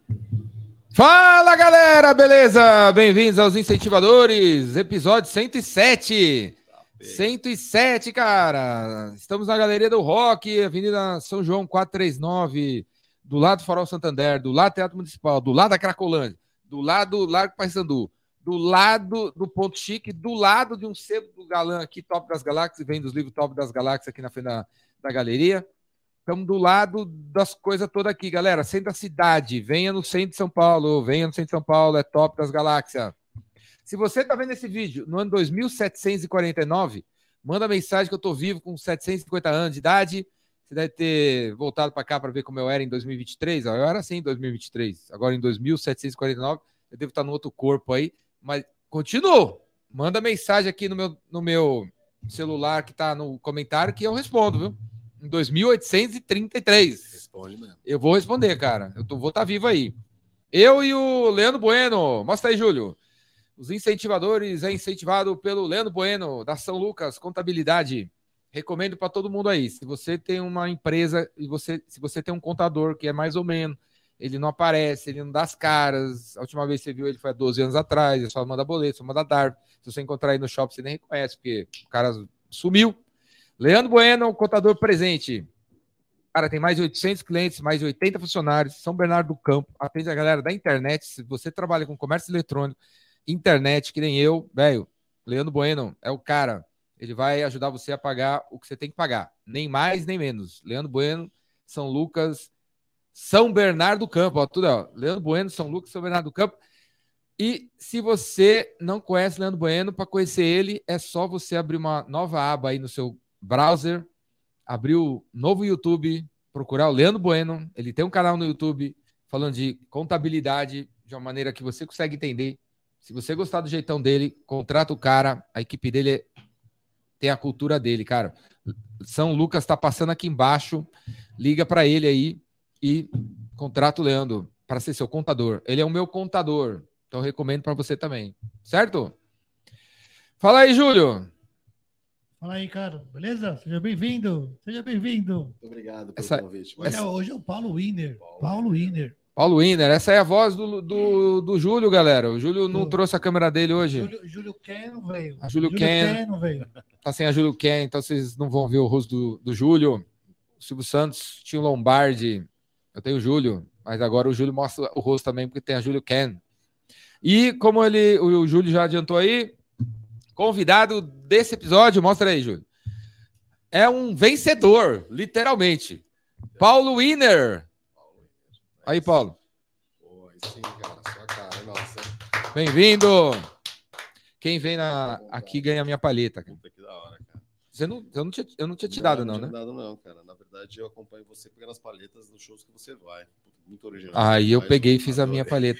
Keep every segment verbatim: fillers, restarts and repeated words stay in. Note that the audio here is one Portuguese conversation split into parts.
Fala, galera, beleza? Bem-vindos aos Incentivadores, episódio cento e sete. cento e sete, cara. Estamos na Galeria do Rock, Avenida São João quatrocentos e trinta e nove, do lado do Farol Santander, do lado do Teatro Municipal, do lado da Cracolândia, do lado do Largo Paissandu, do lado do Ponto Chique, do lado de um sebo do galã aqui, Top das Galáxias, vem dos livros Top das Galáxias aqui na frente da, da galeria. Estamos do lado das coisas todas aqui, galera. Centro da cidade. Venha no centro de São Paulo. Venha no centro de São Paulo. É Top das Galáxias. Se você está vendo esse vídeo no ano dois mil setecentos e quarenta e nove, manda mensagem que eu estou vivo com setecentos e cinquenta anos de idade. Você deve ter voltado para cá para ver como eu era em dois mil e vinte e três. Eu era assim em dois mil e vinte e três. Agora em dois mil setecentos e quarenta e nove, eu devo estar no outro corpo aí. Mas continuo. Manda mensagem aqui no meu, no meu celular que está no comentário que eu respondo, viu? Em dois mil oitocentos e trinta e três. Responde mesmo. Eu vou responder, cara. Eu tô, vou estar tá vivo aí. Eu e o Leandro Bueno. Mostra aí, Júlio. Os incentivadores é incentivado pelo Leandro Bueno, da São Lucas Contabilidade. Recomendo para todo mundo aí. Se você tem uma empresa e você, se você tem um contador que é mais ou menos, ele não aparece, ele não dá as caras. A última vez que você viu ele foi há doze anos atrás. Ele só manda boleto, só manda D A R P. Se você encontrar aí no shopping, você nem reconhece, porque o cara sumiu. Leandro Bueno, contador presente. Cara, tem mais de oitocentos clientes, mais de oitenta funcionários. São Bernardo do Campo, atende a galera da internet. Se você trabalha com comércio eletrônico, internet, que nem eu, velho, Leandro Bueno é o cara. Ele vai ajudar você a pagar o que você tem que pagar. Nem mais, nem menos. Leandro Bueno, São Lucas, São Bernardo do Campo. Ó, tudo, ó. Leandro Bueno, São Lucas, São Bernardo do Campo. E se você não conhece Leandro Bueno, para conhecer ele, é só você abrir uma nova aba aí no seu browser, abrir o novo YouTube, procurar o Leandro Bueno. Ele tem um canal no YouTube falando de contabilidade de uma maneira que você consegue entender. Se você gostar do jeitão dele, contrata o cara. A equipe dele tem a cultura dele, cara. São Lucas está passando aqui embaixo. Liga para ele aí e contrata o Leandro para ser seu contador. Ele é o meu contador. Então, eu recomendo para você também. Certo? Fala aí, Júlio. Fala aí, cara. Beleza? Seja bem-vindo. Seja bem-vindo. Muito obrigado pelo essa, convite. Hoje, essa... é, hoje é o Paulo Winner. Paulo, Paulo Winner. Paulo Winner. Essa é a voz do, do, do Júlio, galera. O Júlio não do... trouxe a câmera dele hoje. Júlio, Júlio Ken não veio. A Júlio, Júlio Ken, Ken não veio. Tá sem a Júlio Ken, então vocês não vão ver o rosto do, do Júlio. O Silvio Santos tinha o Lombardi. Eu tenho o Júlio, mas agora o Júlio mostra o rosto também, porque tem a Júlio Ken. E como ele, o Júlio já adiantou aí, convidado desse episódio, mostra aí, Júlio. É um vencedor, literalmente. Paulo Winner. Aí, Paulo. Pô, aí sim, cara. Sua cara, nossa. Bem-vindo. Quem vem na, aqui ganha a minha palheta. Puta, que da hora, cara. Você não, eu, não tinha, eu não tinha te dado, não, não, não né? Não, não, não, cara. Na verdade, eu acompanho você pegando as palhetas nos shows que você vai. Muito original. Aí eu peguei e fiz a minha palheta.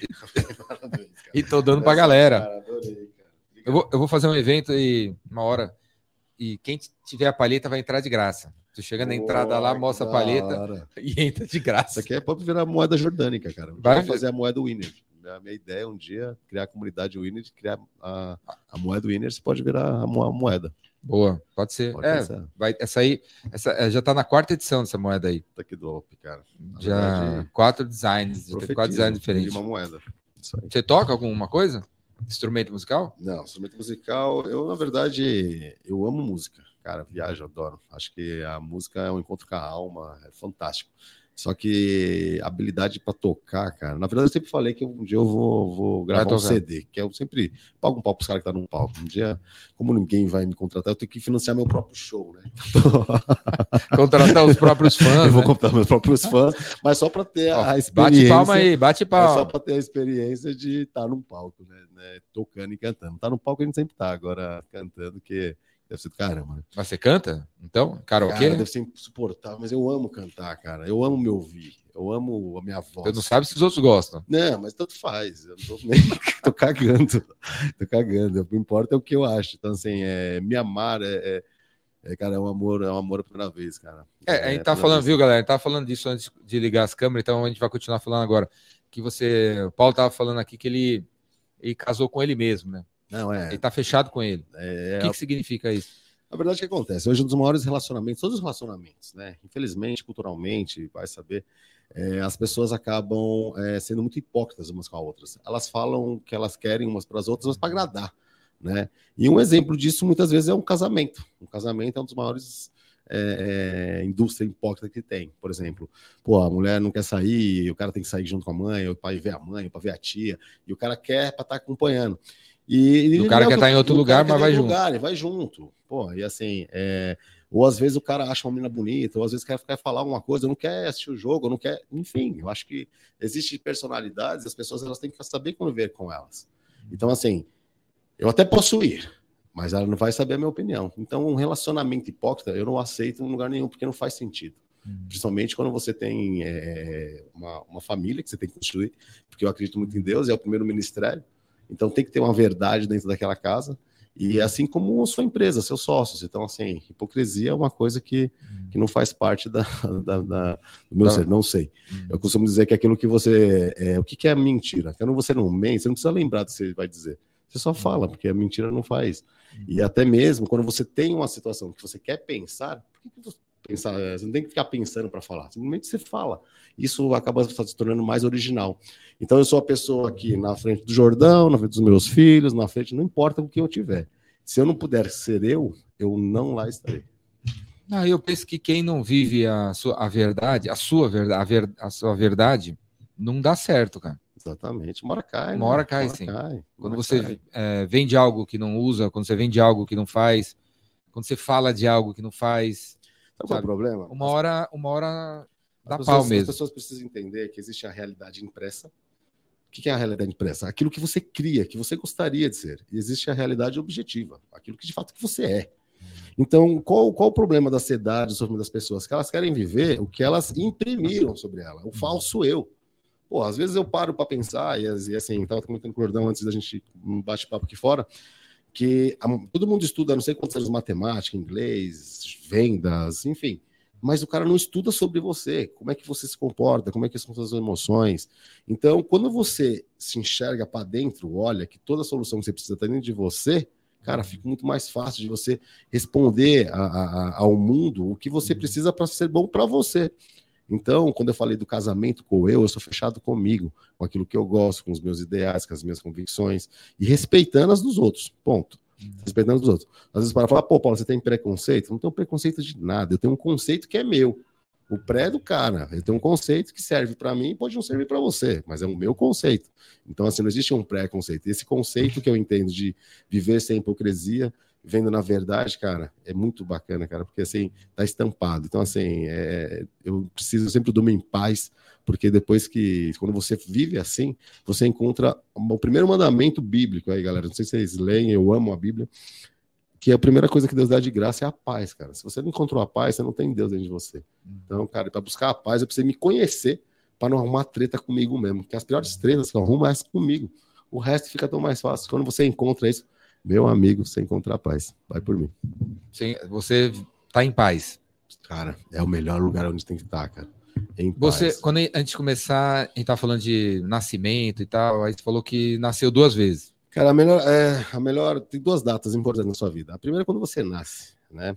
E tô dando pra galera. Cara, adorei, cara. Eu vou, eu vou fazer um evento aí, uma hora, e quem tiver a palheta vai entrar de graça. Tu chega na entrada lá, mostra a palheta e entra de graça. Isso aqui é para virar moeda jordânica, cara. Vai fazer a moeda Winner. A minha ideia é um dia criar a comunidade Winner, criar a, a moeda Winner, você pode virar a moeda. Boa, pode ser. Pode é, vai, essa aí essa, já tá na quarta edição dessa moeda aí. Tá aqui do Op, cara. Na já verdade, quatro designs, já tem quatro designs diferentes. Uma moeda. Você toca alguma coisa? Instrumento musical? Não, instrumento musical, eu na verdade, eu amo música, cara, viajo, adoro. Acho que a música é um encontro com a alma, é fantástico. Só que a habilidade para tocar, cara, na verdade eu sempre falei que um dia eu vou, vou gravar um C D, que eu sempre pago um pau pros caras que tá no palco. Um dia, como ninguém vai me contratar, eu tenho que financiar meu próprio show, né? Contratar os próprios fãs. Eu vou né? contratar meus próprios fãs, mas só para ter Ó, a experiência. Bate palma aí, bate palma. Só para ter a experiência de estar num palco, né? né? Tocando e cantando. Tá no palco a gente sempre tá, agora cantando, que deve ser do caramba, né? Mas você canta? Então? Karaokê? Cara, deve ser insuportável, mas eu amo cantar, cara. Eu amo me ouvir. Eu amo a minha voz. Você não sabe se os outros gostam. Não, mas tanto faz. Eu não tô nem... tô cagando. Tô cagando. O que importa é o que eu acho. Então, assim, é... me amar é... é... É, cara, é um amor, é um amor a primeira vez, cara. É, é a gente tá falando, vez. viu, galera? A gente tava falando disso antes de ligar as câmeras, então a gente vai continuar falando agora. Que você... O Paulo tava falando aqui que ele, ele casou com ele mesmo, né? Não, é. Ele tá fechado com ele. É... O que, que significa isso? Na verdade, o que acontece? Hoje, um dos maiores relacionamentos, todos os relacionamentos, né? Infelizmente, culturalmente, vai saber, é, as pessoas acabam é, sendo muito hipócritas umas com as outras. Elas falam que elas querem umas para as outras, mas para agradar, né? E um exemplo disso, muitas vezes, é um casamento. Um casamento é um dos maiores é, é, indústria hipócrita que tem. Por exemplo, pô, a mulher não quer sair, o cara tem que sair junto com a mãe, o pai ver a mãe, para ver a tia, e o cara quer para estar acompanhando. E, e o cara quer estar em outro lugar, mas vai junto. Lugar, ele vai junto. Pô, e assim, é... ou às vezes o cara acha uma menina bonita, ou às vezes quer, quer falar alguma coisa, não quer assistir o jogo, não quer... Enfim, eu acho que existem personalidades, as pessoas elas têm que saber conviver com elas. Então, assim, eu até posso ir, mas ela não vai saber a minha opinião. Então, um relacionamento hipócrita, eu não aceito em lugar nenhum, porque não faz sentido. Hum. Principalmente quando você tem é, uma, uma família que você tem que construir, porque eu acredito muito em Deus, é o primeiro ministério. Então tem que ter uma verdade dentro daquela casa, e assim como a sua empresa, seus sócios. Então, assim, hipocrisia é uma coisa que, que não faz parte da, da, da, do meu tá. ser, não sei. Eu costumo dizer que aquilo que você... É, o que, que é mentira? Quando você não mente, você não precisa lembrar do que você vai dizer. Você só fala, porque a mentira não faz. E até mesmo quando você tem uma situação que você quer pensar, por que, que você pensar? Você não tem que ficar pensando para falar, simplesmente você fala. Isso acaba se tornando mais original. Então eu sou a pessoa aqui na frente do Jordão, na frente dos meus filhos, na frente, não importa o que eu tiver. Se eu não puder ser eu, eu não lá estarei. Não, eu penso que quem não vive a sua a verdade, a sua verdade, a, ver, a sua verdade, não dá certo, cara. Exatamente, uma hora cai. Uma hora né? cai, uma hora sim. Cai, quando você cai. É, vende algo que não usa, quando você vende algo que não faz, quando você fala de algo que não faz. Sabe qual é o problema? Uma hora, uma hora dá as pau pessoas, mesmo. As pessoas precisam entender que existe a realidade impressa. O que é a realidade impressa? Aquilo que você cria, que você gostaria de ser. E existe a realidade objetiva, aquilo que de fato que você é. Então, qual, qual o problema da sociedade, do sofrimento das pessoas? Que elas querem viver o que elas imprimiram sobre ela, o falso eu. Pô, às vezes eu paro para pensar, e, e assim, estava comentando com o Jordão antes da gente um bate-papo aqui fora, que a, todo mundo estuda, não sei quantos anos, matemática, inglês, vendas, enfim, mas o cara não estuda sobre você, como é que você se comporta, como é que são suas emoções. Então, quando você se enxerga para dentro, olha que toda a solução que você precisa está dentro de você, cara, fica muito mais fácil de você responder a, a, ao mundo o que você precisa para ser bom para você. Então, quando eu falei do casamento com eu, eu sou fechado comigo, com aquilo que eu gosto, com os meus ideais, com as minhas convicções, e respeitando as dos outros, ponto. Respeitando as dos outros. Às vezes para falar, pô, Paulo, você tem preconceito? Não tenho preconceito de nada, eu tenho um conceito que é meu. O pré é do cara, eu tenho um conceito que serve para mim e pode não servir para você, mas é o meu conceito. Então, assim, não existe um pré-conceito. Esse conceito que eu entendo de viver sem hipocrisia, vendo na verdade, cara, é muito bacana, cara, porque assim, tá estampado. Então, assim, é, eu preciso sempre dormir em paz, porque depois que, quando você vive assim, você encontra o primeiro mandamento bíblico aí, galera. Não sei se vocês leem, eu amo a Bíblia, que a primeira coisa que Deus dá de graça é a paz, cara. Se você não encontrou a paz, você não tem Deus dentro de você. Então, cara, para buscar a paz, eu preciso me conhecer para não arrumar treta comigo mesmo, porque as piores tretas que eu arrumo é essa comigo. O resto fica tão mais fácil. Quando você encontra isso, meu amigo, você encontra a paz. Vai por mim. Sim, você tá em paz. Cara, é o melhor lugar onde tem que estar, cara. Em você, paz. quando a gente começar, a gente tá falando de nascimento e tal, aí você falou que nasceu duas vezes. Cara, a melhor, é, a melhor, tem duas datas importantes na sua vida. A primeira é quando você nasce, né?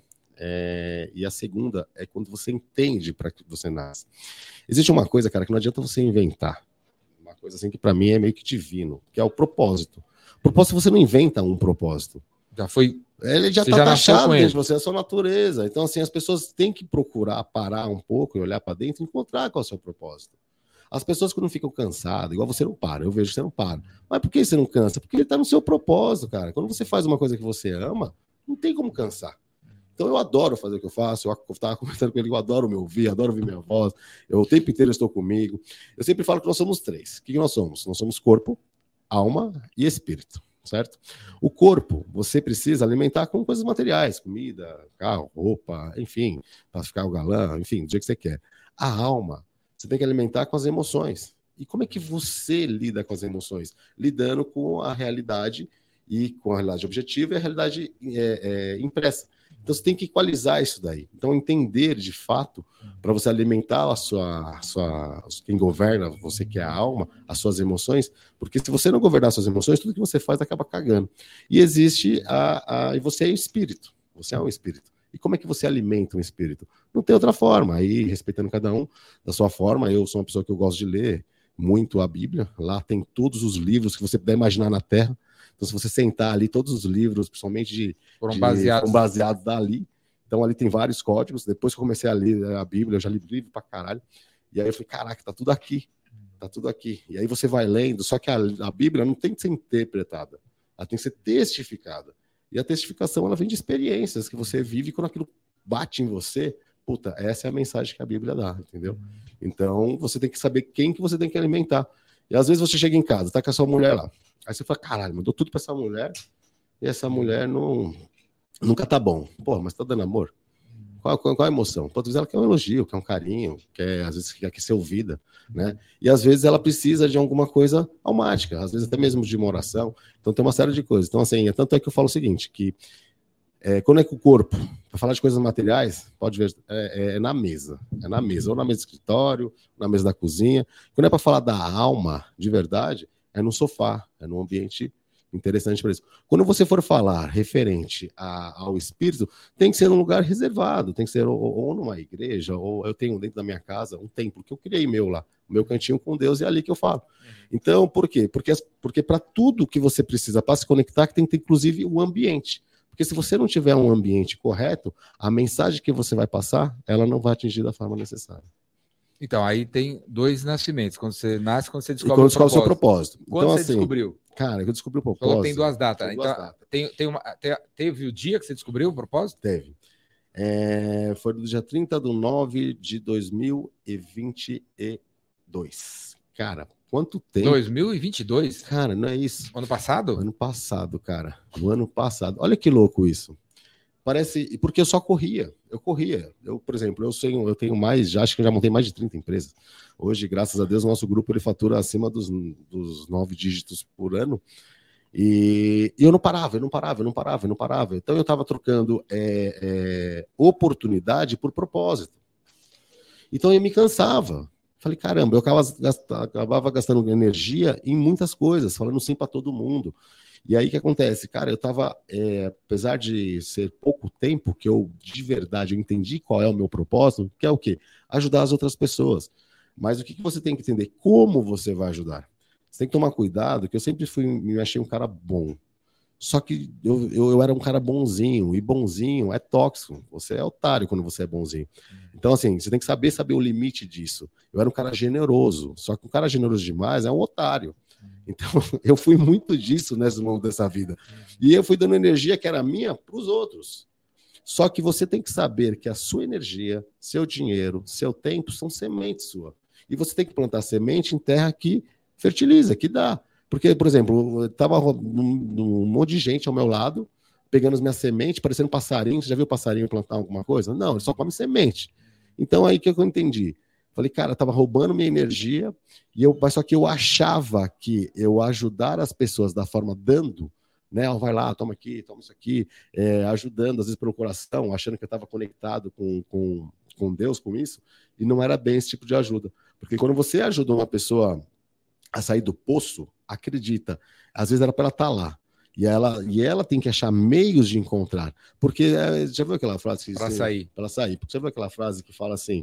É, e a segunda é quando você entende para que você nasce. Existe uma coisa, cara, que não adianta você inventar. Uma coisa assim que para mim é meio que divino, que é o propósito. Propósito, você não inventa um propósito. Já foi. Ele já está taxado dentro de você, é a sua natureza. Então, assim, as pessoas têm que procurar parar um pouco e olhar para dentro e encontrar qual é o seu propósito. As pessoas que não ficam cansadas, igual você não para, eu vejo que você não para. Mas por que você não cansa? Porque ele está no seu propósito, cara. Quando você faz uma coisa que você ama, não tem como cansar. Então eu adoro fazer o que eu faço, eu estava conversando com ele, eu adoro me ouvir, adoro ouvir minha voz, eu, o tempo inteiro eu estou comigo. Eu sempre falo que nós somos três. O que, que nós somos? Nós somos corpo, alma e espírito, certo? O corpo, você precisa alimentar com coisas materiais, comida, carro, roupa, enfim, para ficar o galã, enfim, do jeito que você quer. A alma, você tem que alimentar com as emoções. E como é que você lida com as emoções? Lidando com a realidade e com a realidade objetiva e a realidade é, é, impressa. Então você tem que equalizar isso daí. Então entender de fato, para você alimentar a sua, a sua, quem governa, você que é a alma, as suas emoções, porque se você não governar suas emoções, tudo que você faz acaba cagando. E existe a, a e você é o espírito, você é um espírito. E como é que você alimenta um espírito? Não tem outra forma. Aí, respeitando cada um da sua forma, eu sou uma pessoa que eu gosto de ler muito a Bíblia. Lá tem todos os livros que você puder imaginar na Terra. Então, se você sentar ali, todos os livros, principalmente de, Foram de, baseados. foram baseados dali. Então, ali tem vários códigos. Depois que eu comecei a ler a Bíblia, eu já li livro pra caralho. E aí eu falei, caraca, tá tudo aqui. Tá tudo aqui. E aí você vai lendo, só que a, a Bíblia não tem que ser interpretada. Ela tem que ser testificada. E a testificação, ela vem de experiências que você vive quando aquilo bate em você. Puta, essa é a mensagem que a Bíblia dá, entendeu? Então, você tem que saber quem que você tem que alimentar. E às vezes você chega em casa, tá com a sua mulher lá. Aí você fala, caralho, mandou tudo pra essa mulher e essa mulher não, nunca tá bom. Pô, mas tá dando amor? Qual, qual, qual a emoção? Pode dizer ela quer um elogio, quer um carinho, quer, às vezes quer ser ouvida, né? E às vezes ela precisa de alguma coisa almática, às vezes até mesmo de uma oração. Então tem uma série de coisas. Então, assim, tanto é que eu falo o seguinte, que é, quando é que o corpo, para falar de coisas materiais, pode ver, é, é na mesa. É na mesa, ou na mesa do escritório, na mesa da cozinha. Quando é para falar da alma, de verdade, é no sofá, é num ambiente interessante para isso. Quando você for falar referente a, ao espírito, tem que ser num lugar reservado, tem que ser ou, ou numa igreja, ou eu tenho dentro da minha casa um templo que eu criei meu lá, o meu cantinho com Deus, e é ali que eu falo. Então, por quê? Porque, porque para tudo que você precisa para se conectar, tem que ter inclusive o ambiente. Porque se você não tiver um ambiente correto, a mensagem que você vai passar, ela não vai atingir da forma necessária. Então, aí tem dois nascimentos. Quando você nasce, quando você E descobre quando o descobre o seu propósito. propósito. Quando Então, você assim, descobriu? cara, eu descobri o propósito. Falou que tem duas datas. Tem Então, duas datas. Tem, tem uma, te- teve o dia que você descobriu o propósito? Teve. É, foi do dia trinta de nove de dois mil e vinte e dois. Cara, quanto tempo? dois mil e vinte e dois? Cara, não é isso. Ano passado? Ano passado, cara. O ano passado. Olha que louco isso. Parece. Porque eu só corria. Eu corria. Eu, por exemplo, eu tenho, eu tenho mais, já acho que eu já montei mais de trinta empresas. Hoje, graças a Deus, o nosso grupo ele fatura acima dos, dos nove dígitos por ano. E, e eu não parava, eu não parava, eu não parava, eu não parava. Então eu estava trocando é, é, oportunidade por propósito. Então eu me cansava. Falei, caramba, eu acabava, acabava gastando energia em muitas coisas, falando sim para todo mundo. E aí o que acontece? Cara, eu estava, é, apesar de ser pouco tempo, que eu de verdade eu entendi qual é o meu propósito, que é o quê? Ajudar as outras pessoas. Mas o que, que você tem que entender? Como você vai ajudar? Você tem que tomar cuidado, que eu sempre fui, me achei um cara bom. Só que eu, eu, eu era um cara bonzinho, e bonzinho é tóxico. Você é otário quando você é bonzinho. Então, assim, você tem que saber saber o limite disso. Eu era um cara generoso, só que um cara generoso demais é um otário. Então, eu fui muito disso nesse mundo dessa vida. E eu fui dando energia que era minha para os outros. Só que você tem que saber que a sua energia, seu dinheiro, seu tempo são sementes sua. E você tem que plantar semente em terra que fertiliza, que dá. Porque, por exemplo, estava um monte de gente ao meu lado, pegando as minhas sementes, parecendo passarinho. Você já viu passarinho plantar alguma coisa? Não, ele só come semente. Então, aí que eu entendi. Falei, cara, estava roubando minha energia, e eu, mas só que eu achava que eu ajudar as pessoas da forma dando, né? Oh, vai lá, toma aqui, toma isso aqui, é, ajudando, às vezes pelo coração, achando que eu estava conectado com, com, com Deus, com isso, e não era bem esse tipo de ajuda. Porque quando você ajuda uma pessoa a sair do poço, acredita, às vezes era para ela estar lá. E ela, e ela tem que achar meios de encontrar. Porque, já viu aquela frase? Para sair. Para sair. Porque já viu aquela frase que fala assim,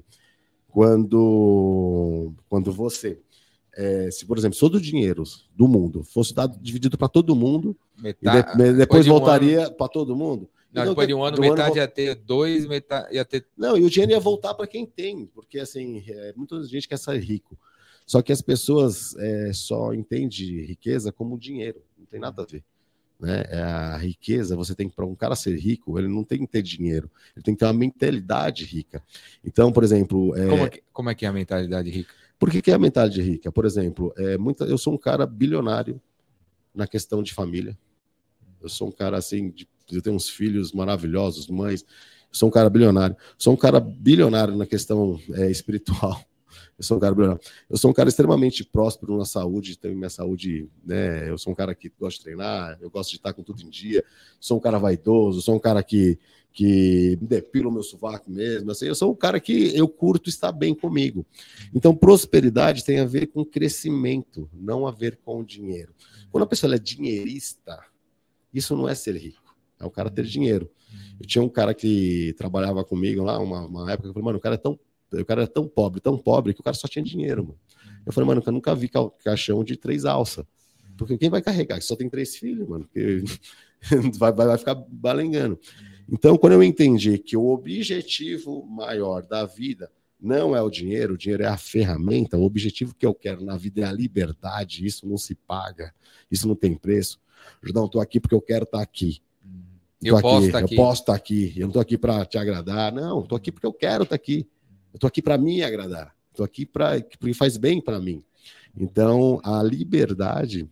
quando, quando você, é, se por exemplo, todo o dinheiro do mundo fosse dado, dividido para todo mundo, Metade, e de, depois, depois de voltaria um para todo mundo. Não, então, depois de um ano, metade ano, ia ter dois, metade ia ter... Não, e o dinheiro ia voltar para quem tem, porque assim, é, muita gente quer ser rico. Só que as pessoas é, só entendem riqueza como dinheiro, não tem nada a ver. Né? A riqueza, você tem que, para um cara ser rico, ele não tem que ter dinheiro, ele tem que ter uma mentalidade rica. Então, por exemplo. É... Como, é que, como é que é a mentalidade rica? Por que, que é a mentalidade rica? Por exemplo, é, muita... eu sou um cara bilionário na questão de família. Eu sou um cara assim, de... eu tenho uns filhos maravilhosos, mães. Eu sou um cara bilionário. Sou um cara bilionário na questão é, espiritual. Eu sou um cara bilionário. Eu sou um cara extremamente próspero na saúde, tenho minha saúde, né? Eu sou um cara que gosta de treinar, eu gosto de estar com tudo em dia, sou um cara vaidoso, sou um cara que, que me depila o meu sovaco mesmo, assim, eu sou um cara que eu curto estar bem comigo. Então, prosperidade tem a ver com crescimento, não a ver com dinheiro. Quando a pessoa é dinheirista, isso não é ser rico, é o cara ter dinheiro. Eu tinha um cara que trabalhava comigo lá, uma, uma época, eu falei, mano, o cara é tão, o cara é tão pobre, tão pobre, que o cara só tinha dinheiro, mano. Eu falei, mano, eu nunca vi ca- caixão de três alças. Porque quem vai carregar? Só tem três filhos, mano. Porque vai, vai, vai ficar balengando. Então, quando eu entendi que o objetivo maior da vida não é o dinheiro, o dinheiro é a ferramenta, o objetivo que eu quero na vida é a liberdade, isso não se paga, isso não tem preço. Jordão, eu tô aqui porque eu quero estar aqui. Eu Tô posso aqui, estar eu aqui. posso estar aqui, eu não tô aqui para te agradar, não, eu tô aqui porque eu quero estar aqui. Eu tô aqui para me agradar, tô aqui para porque faz bem para mim. Então, a liberdade,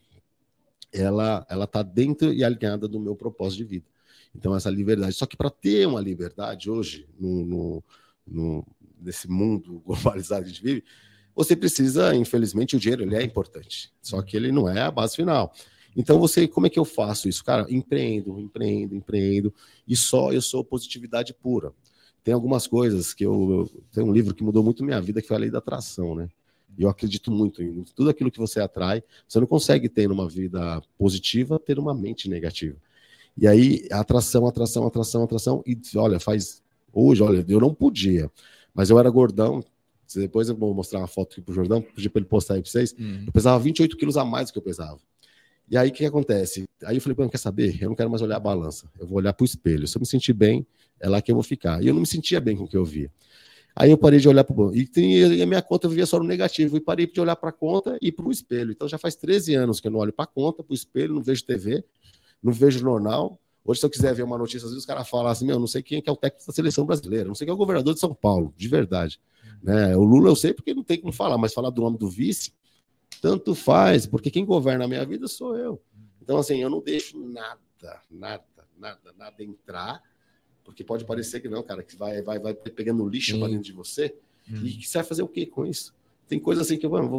ela ela tá dentro e alinhada do meu propósito de vida. Então, essa liberdade. Só que para ter uma liberdade hoje, no, no, no, nesse mundo globalizado que a gente vive, você precisa, infelizmente, o dinheiro ele é importante. Só que ele não é a base final. Então, você, como é que eu faço isso? Cara, empreendo, empreendo, empreendo. E só eu sou positividade pura. Tem algumas coisas que eu... Tem um livro que mudou muito minha vida, que foi a Lei da Atração, né? E eu acredito muito em tudo aquilo que você atrai. Você não consegue ter numa vida positiva, ter uma mente negativa. E aí, atração, atração, atração, atração. E olha, faz. Hoje, olha, eu não podia, mas eu era gordão. Depois eu vou mostrar uma foto aqui pro Jordão, pedi para ele postar aí para vocês. Uhum. Eu pesava vinte e oito quilos a mais do que eu pesava. E aí, o que, que acontece? Aí eu falei, não quer saber? Eu não quero mais olhar a balança. Eu vou olhar pro espelho. Se eu me sentir bem, é lá que eu vou ficar. E eu não me sentia bem com o que eu via. Aí eu parei de olhar para o e, e a minha conta eu vivia só no negativo. E parei de olhar para a conta e para o espelho. Então já faz treze anos que eu não olho para a conta, para o espelho, não vejo T V. Não vejo jornal. Hoje, se eu quiser ver uma notícia, às vezes os caras falam assim, meu, não sei quem é, que é o técnico da seleção brasileira, não sei quem é o governador de São Paulo, de verdade. Né? O Lula eu sei porque não tem como falar, mas falar do nome do vice, tanto faz, porque quem governa a minha vida sou eu. Então, assim, eu não deixo nada, nada, nada, nada entrar, porque pode parecer que não, cara, que vai, vai, vai pegando lixo para dentro de você, hum. E que você vai fazer o quê com isso? Tem coisa assim que eu mano, vou...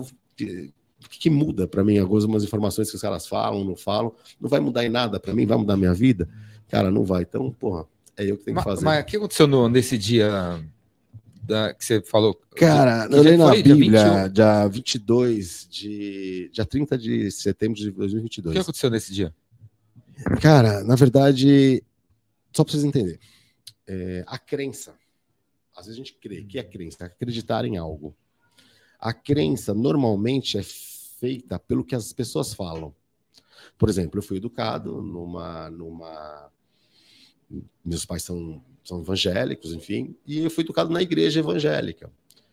O que, que muda para mim? Algumas informações que os caras falam, não falam, não vai mudar em nada para mim? Vai mudar minha vida? Cara, não vai. Então, porra, é eu que tenho mas, que fazer. Mas o que aconteceu no, nesse dia da, que você falou? Cara, eu leio na Bíblia, dia vinte e dois de... dia trinta de setembro de dois mil e vinte e dois. O que aconteceu nesse dia? Cara, na verdade, só para vocês entenderem, é, a crença, às vezes a gente crê, que é crença? Acreditar em algo. A crença normalmente é feita pelo que as pessoas falam. Por exemplo, eu fui educado numa... numa... Meus pais são, são evangélicos, enfim, e eu fui educado na igreja evangélica.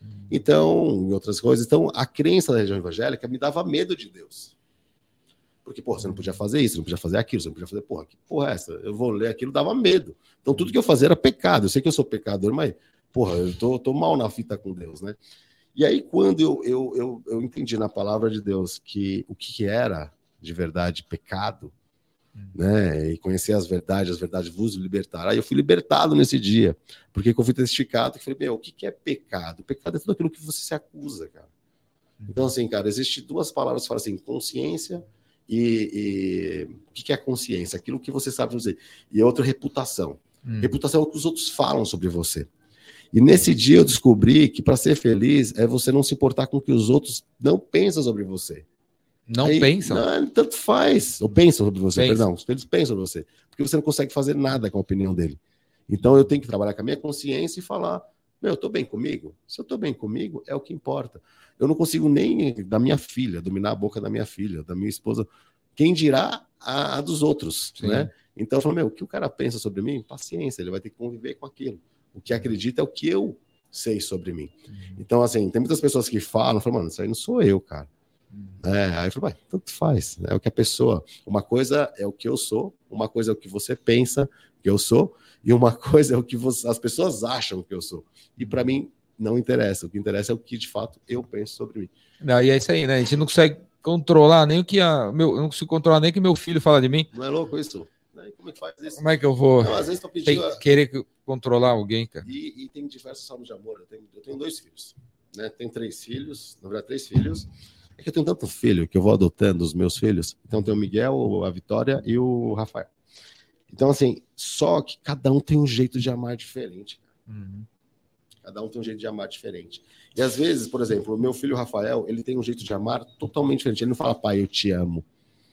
Então, e outras coisas. Então, a crença da religião evangélica me dava medo de Deus. Porque, porra, você não podia fazer isso, você não podia fazer aquilo, você não podia fazer, porra, que porra é essa? Eu vou ler aquilo, dava medo. Então, tudo que eu fazia era pecado. Eu sei que eu sou pecador, mas, porra, eu tô, tô mal na fita com Deus, né? E aí, quando eu, eu, eu, eu entendi na palavra de Deus que o que era de verdade pecado, hum. né? E conhecer as verdades, as verdades vos libertará. Aí eu fui libertado nesse dia, porque eu fui testificado que falei, meu, o que é pecado? Pecado é tudo aquilo que você se acusa, cara. Hum. Então, assim, cara, existem duas palavras que falam assim, consciência e, e... o que é consciência? Aquilo que você sabe fazer. E outra, reputação. Hum. Reputação é o que os outros falam sobre você. E nesse dia eu descobri que para ser feliz é você não se importar com o que os outros não pensam sobre você. Não Aí, pensam? Não, tanto faz. Ou pensam sobre você, Pensa. perdão. Eles pensam sobre você. Porque você não consegue fazer nada com a opinião dele. Então eu tenho que trabalhar com a minha consciência e falar, meu, eu estou bem comigo? Se eu estou bem comigo, é o que importa. Eu não consigo nem da minha filha, dominar a boca da minha filha, da minha esposa. Quem dirá a, a dos outros, Sim. né? Então eu falo, meu, o que o cara pensa sobre mim? Paciência, ele vai ter que conviver com aquilo. O que acredita é o que eu sei sobre mim. Uhum. Então, assim, tem muitas pessoas que falam, falam, mano, isso aí não sou eu, cara. Uhum. É, aí eu falo, vai, tanto faz. É o que a pessoa... Uma coisa é o que eu sou, uma coisa é o que você pensa que eu sou, e uma coisa é o que você, as pessoas acham que eu sou. E para mim, não interessa. O que interessa é o que, de fato, eu penso sobre mim. Não, e é isso aí, né? A gente não consegue controlar nem o que a... Meu, eu não consigo controlar nem o que meu filho fala de mim. Não é louco isso? Como é que faz isso? Como é que eu vou não, às vezes pedindo... a... querer controlar alguém, cara? E, e tem diversas formas de amor. Eu tenho, eu tenho dois filhos, né? Tenho três filhos, na verdade, três filhos. É que eu tenho tanto filho que eu vou adotando os meus filhos. Então tem o Miguel, a Vitória e o Rafael. Então, assim, só que cada um tem um jeito de amar diferente. Uhum. Cada um tem um jeito de amar diferente. E às vezes, por exemplo, o meu filho Rafael, ele tem um jeito de amar totalmente diferente. Ele não fala, pai, eu te amo.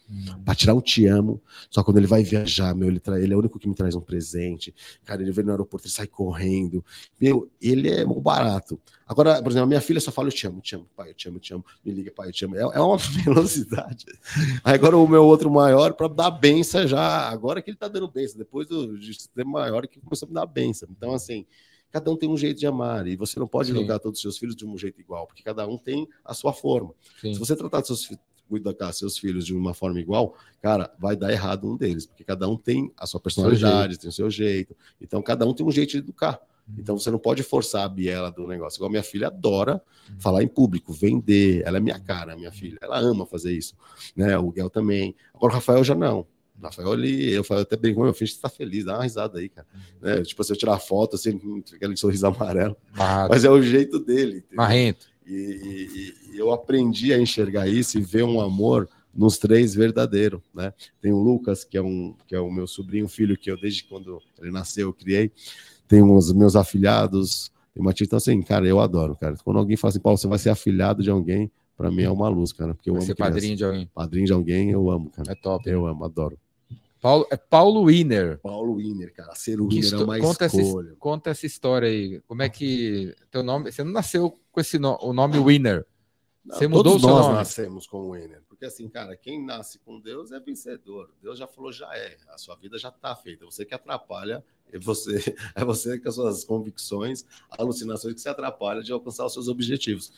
Hum. Pra tirar um te amo. Só quando ele vai viajar, meu, ele, tra... ele é o único que me traz um presente. Cara, ele vem no aeroporto, ele sai correndo. Meu, ele é muito barato. Agora, por exemplo, a minha filha só fala, eu te amo, te amo, pai, eu te amo, eu te amo. Me liga, pai, eu te amo. É, é uma velocidade. Aí agora o meu outro maior, pra dar benção já. Agora que ele tá dando benção. Depois do sistema maior que começou a me dar benção. Então, assim, cada um tem um jeito de amar. E você não pode Sim. educar todos os seus filhos de um jeito igual. Porque cada um tem a sua forma. Sim. Se você tratar seus filhos, cuidar seus filhos de uma forma igual, cara, vai dar errado um deles, porque cada um tem a sua personalidade, tem o seu jeito, então cada um tem um jeito de educar. Então você não pode forçar a biela do negócio. Igual minha filha adora falar em público, vender, ela é minha cara, minha filha, ela ama fazer isso, né? O Miguel também. Agora o Rafael já não. O Rafael, ele, eu até bem com meu filho, você tá feliz, dá uma risada aí, cara. Né? Tipo, se eu tirar foto, assim, aquele sorriso amarelo, ah, mas é o jeito dele. Entendeu? Marrento. E, e, e eu aprendi a enxergar isso e ver um amor nos três verdadeiro, né? Tem o Lucas, que é, um, que é o meu sobrinho, filho, que eu desde quando ele nasceu eu criei. Tem os meus afilhados, tem uma tia, então assim, cara, eu adoro, cara. Quando alguém fala assim, Paulo, você vai ser afilhado de alguém, pra mim é uma luz, cara, porque eu vai amo ser criança. Padrinho de alguém. Padrinho de alguém, eu amo, cara. É top. Eu amo, adoro. Paulo, é Paulo Winner. Paulo Winner, cara. Ser o Winner é uma conta escolha. Essa, conta essa história aí. Como é que teu nome... Você não nasceu com esse no, o nome Winner. Não, você mudou todos o seu nós nome. nascemos com o Winner. Porque assim, cara, quem nasce com Deus é vencedor. Deus já falou, já é. A sua vida já está feita. Você que atrapalha, é você, é você com as suas convicções, alucinações que se atrapalha de alcançar os seus objetivos.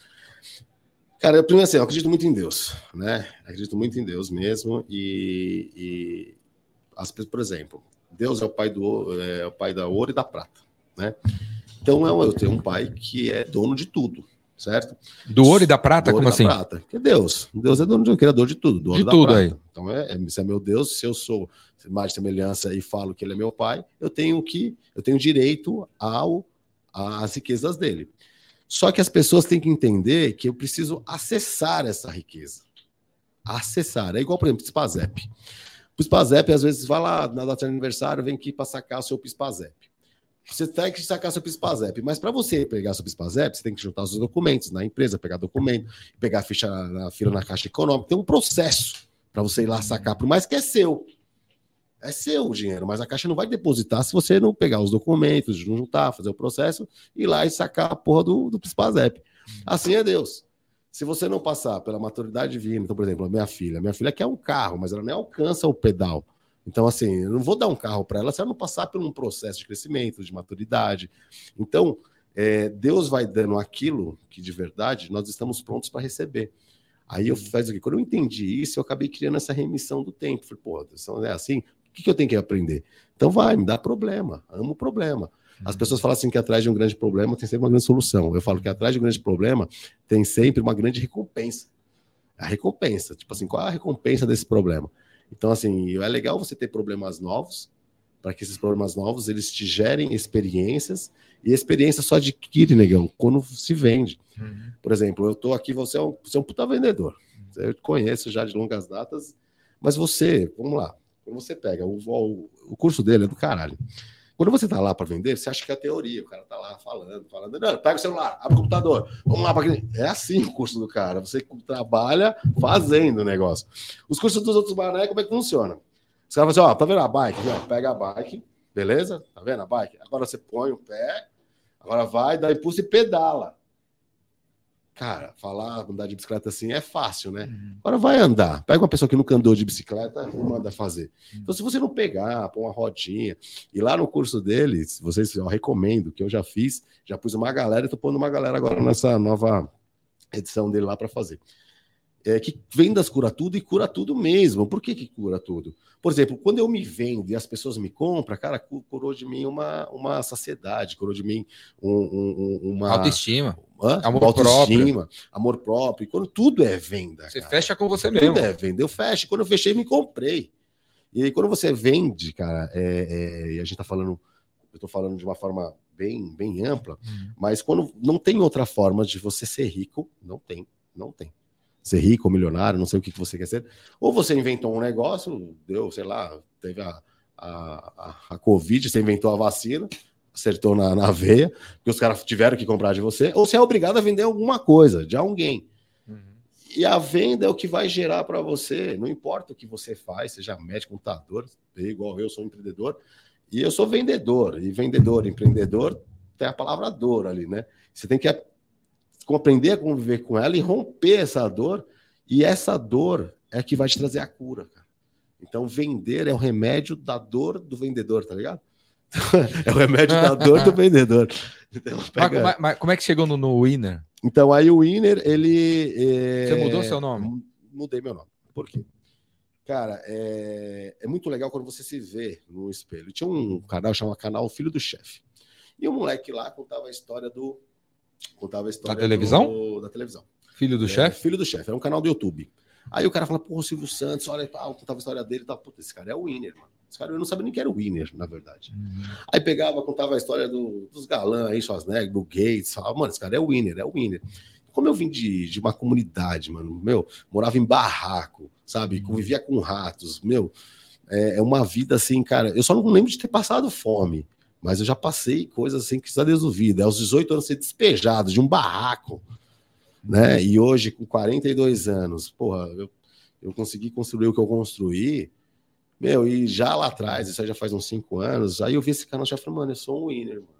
Cara, eu, primeiro assim, eu acredito muito em Deus, né? Acredito muito em Deus mesmo e... e... As, por exemplo, Deus é o pai do é o pai da ouro e da prata, né? Então eu tenho um pai que é dono de tudo, certo? Do ouro e da prata, do ouro como e assim? Da prata, que é Deus. Deus é dono de, criador de tudo, do ouro de e da tudo prata. Aí. Então é, é, se é meu Deus, se eu sou mais de semelhança e falo que ele é meu pai, eu tenho que eu tenho direito ao às riquezas dele. Só que as pessoas têm que entender que eu preciso acessar essa riqueza. Acessar. É igual, por exemplo, Spazep. O Spazep, às vezes, vai lá na data de aniversário, vem aqui para sacar o seu Spazep. Você tem que sacar seu Spazep, mas para você pegar seu Spazep, você tem que juntar os documentos na empresa, pegar documento, pegar a ficha na fila na Caixa Econômica. Tem um processo para você ir lá sacar, por mais que é seu. É seu o dinheiro, mas a Caixa não vai depositar se você não pegar os documentos, juntar, fazer o processo, ir lá e sacar a porra do, do Spazep. Assim é Deus. Se você não passar pela maturidade divina, então, por exemplo, a minha filha, minha filha quer um carro, mas ela nem alcança o pedal. Então, assim, eu não vou dar um carro para ela se ela não passar por um processo de crescimento, de maturidade. Então, é, Deus vai dando aquilo que, de verdade, nós estamos prontos para receber. Aí eu faço aqui. Quando eu entendi isso, eu acabei criando essa remissão do tempo. Falei, pô, é assim? O que, que eu tenho que aprender? Então vai, me dá problema. Amo o problema. As pessoas falam assim que atrás de um grande problema tem sempre uma grande solução. Eu falo que atrás de um grande problema tem sempre uma grande recompensa. A recompensa, tipo assim, qual é a recompensa desse problema? Então, assim, é legal você ter problemas novos, para que esses problemas novos, eles te gerem experiências, e a experiência só adquire, negão, quando se vende. Uhum. Por exemplo, eu tô aqui, você é um, você é um puta vendedor. Eu te conheço já de longas datas, mas você, vamos lá, quando você pega, o, o, o curso dele é do caralho. Quando você tá lá para vender, você acha que é a teoria, o cara tá lá falando, falando, não, pega o celular, abre o computador, vamos lá para é assim o curso do cara, você trabalha fazendo o negócio. Os cursos dos outros mané, como é que funciona? Os caras falam assim, ó, tá vendo a bike? Ó, pega a bike, beleza? Tá vendo a bike? Agora você põe o pé, agora vai, dá impulso e pedala. Cara, falar, andar de bicicleta assim é fácil, né? Uhum. Agora vai andar. Pega uma pessoa que nunca andou de bicicleta e manda fazer. Uhum. Então, se você não pegar, pôr uma rodinha, e lá no curso deles, vocês, eu recomendo, que eu já fiz, já pus uma galera, e tô pondo uma galera agora nessa nova edição dele lá para fazer. É, que vendas cura tudo e cura tudo mesmo. Por que que cura tudo? Por exemplo, quando eu me vendo e as pessoas me compram, cara, curou de mim uma, uma saciedade, curou de mim um, um, uma... Autoestima. Hã? Amor autoestima, próprio. Amor próprio. Quando tudo é venda. Você cara. fecha com você tudo mesmo. Tudo é venda. Eu fecho. Quando eu fechei, me comprei. E aí, quando você vende, cara, é, é, e a gente tá falando, eu tô falando de uma forma bem, bem ampla, hum. mas quando não tem outra forma de você ser rico, não tem, não tem. Ser rico ou milionário, não sei o que você quer ser. Ou você inventou um negócio, deu, sei lá, teve a, a, a, a Covid, você inventou a vacina, acertou na, na veia, porque os caras tiveram que comprar de você, ou você é obrigado a vender alguma coisa de alguém. Uhum. E a venda é o que vai gerar para você, não importa o que você faz, seja médico, contador, igual eu sou empreendedor, e eu sou vendedor, e vendedor, empreendedor, tem a palavra dor ali, né? Você tem que aprender a conviver com ela e romper essa dor, e essa dor é que vai te trazer a cura, cara. Então, vender é o remédio da dor do vendedor, tá ligado? É o remédio da dor do vendedor. Então, pega... mas, mas, como é que chegou no, no Winner? Então, aí o Winner, ele... É... Você mudou seu nome? Mudei meu nome. Por quê? Cara, é... é muito legal quando você se vê no espelho. Tinha um canal, chama Canal Filho do Chefe. E o moleque lá contava a história do... Contava a história da televisão? Do... Da televisão. Filho do é, Chefe? Filho do Chefe. Era um canal do YouTube. Aí o cara fala, pô, o Silvio Santos, olha, ah, contava a história dele e tal. Puta, esse cara é o Winner, mano. Esse cara eu não sabia nem que era o Winner, na verdade. Uhum. Aí pegava, contava a história do, dos galãs aí, Schwarzenegger, do Gates, falava, mano, esse cara é o Winner, é o Winner. Como eu vim de, de uma comunidade, mano, meu, morava em barraco, sabe? Convivia com ratos, meu, é, é uma vida assim, cara. Eu só não lembro de ter passado fome, mas eu já passei coisas assim que já Deus duvida. Aos dezoito anos, ser despejado de um barraco, né? E hoje, com quarenta e dois anos, porra, eu, eu consegui construir o que eu construí, meu, e já lá atrás, isso aí já faz uns cinco anos, aí eu vi esse canal e já falei, mano, eu sou um winner, mano.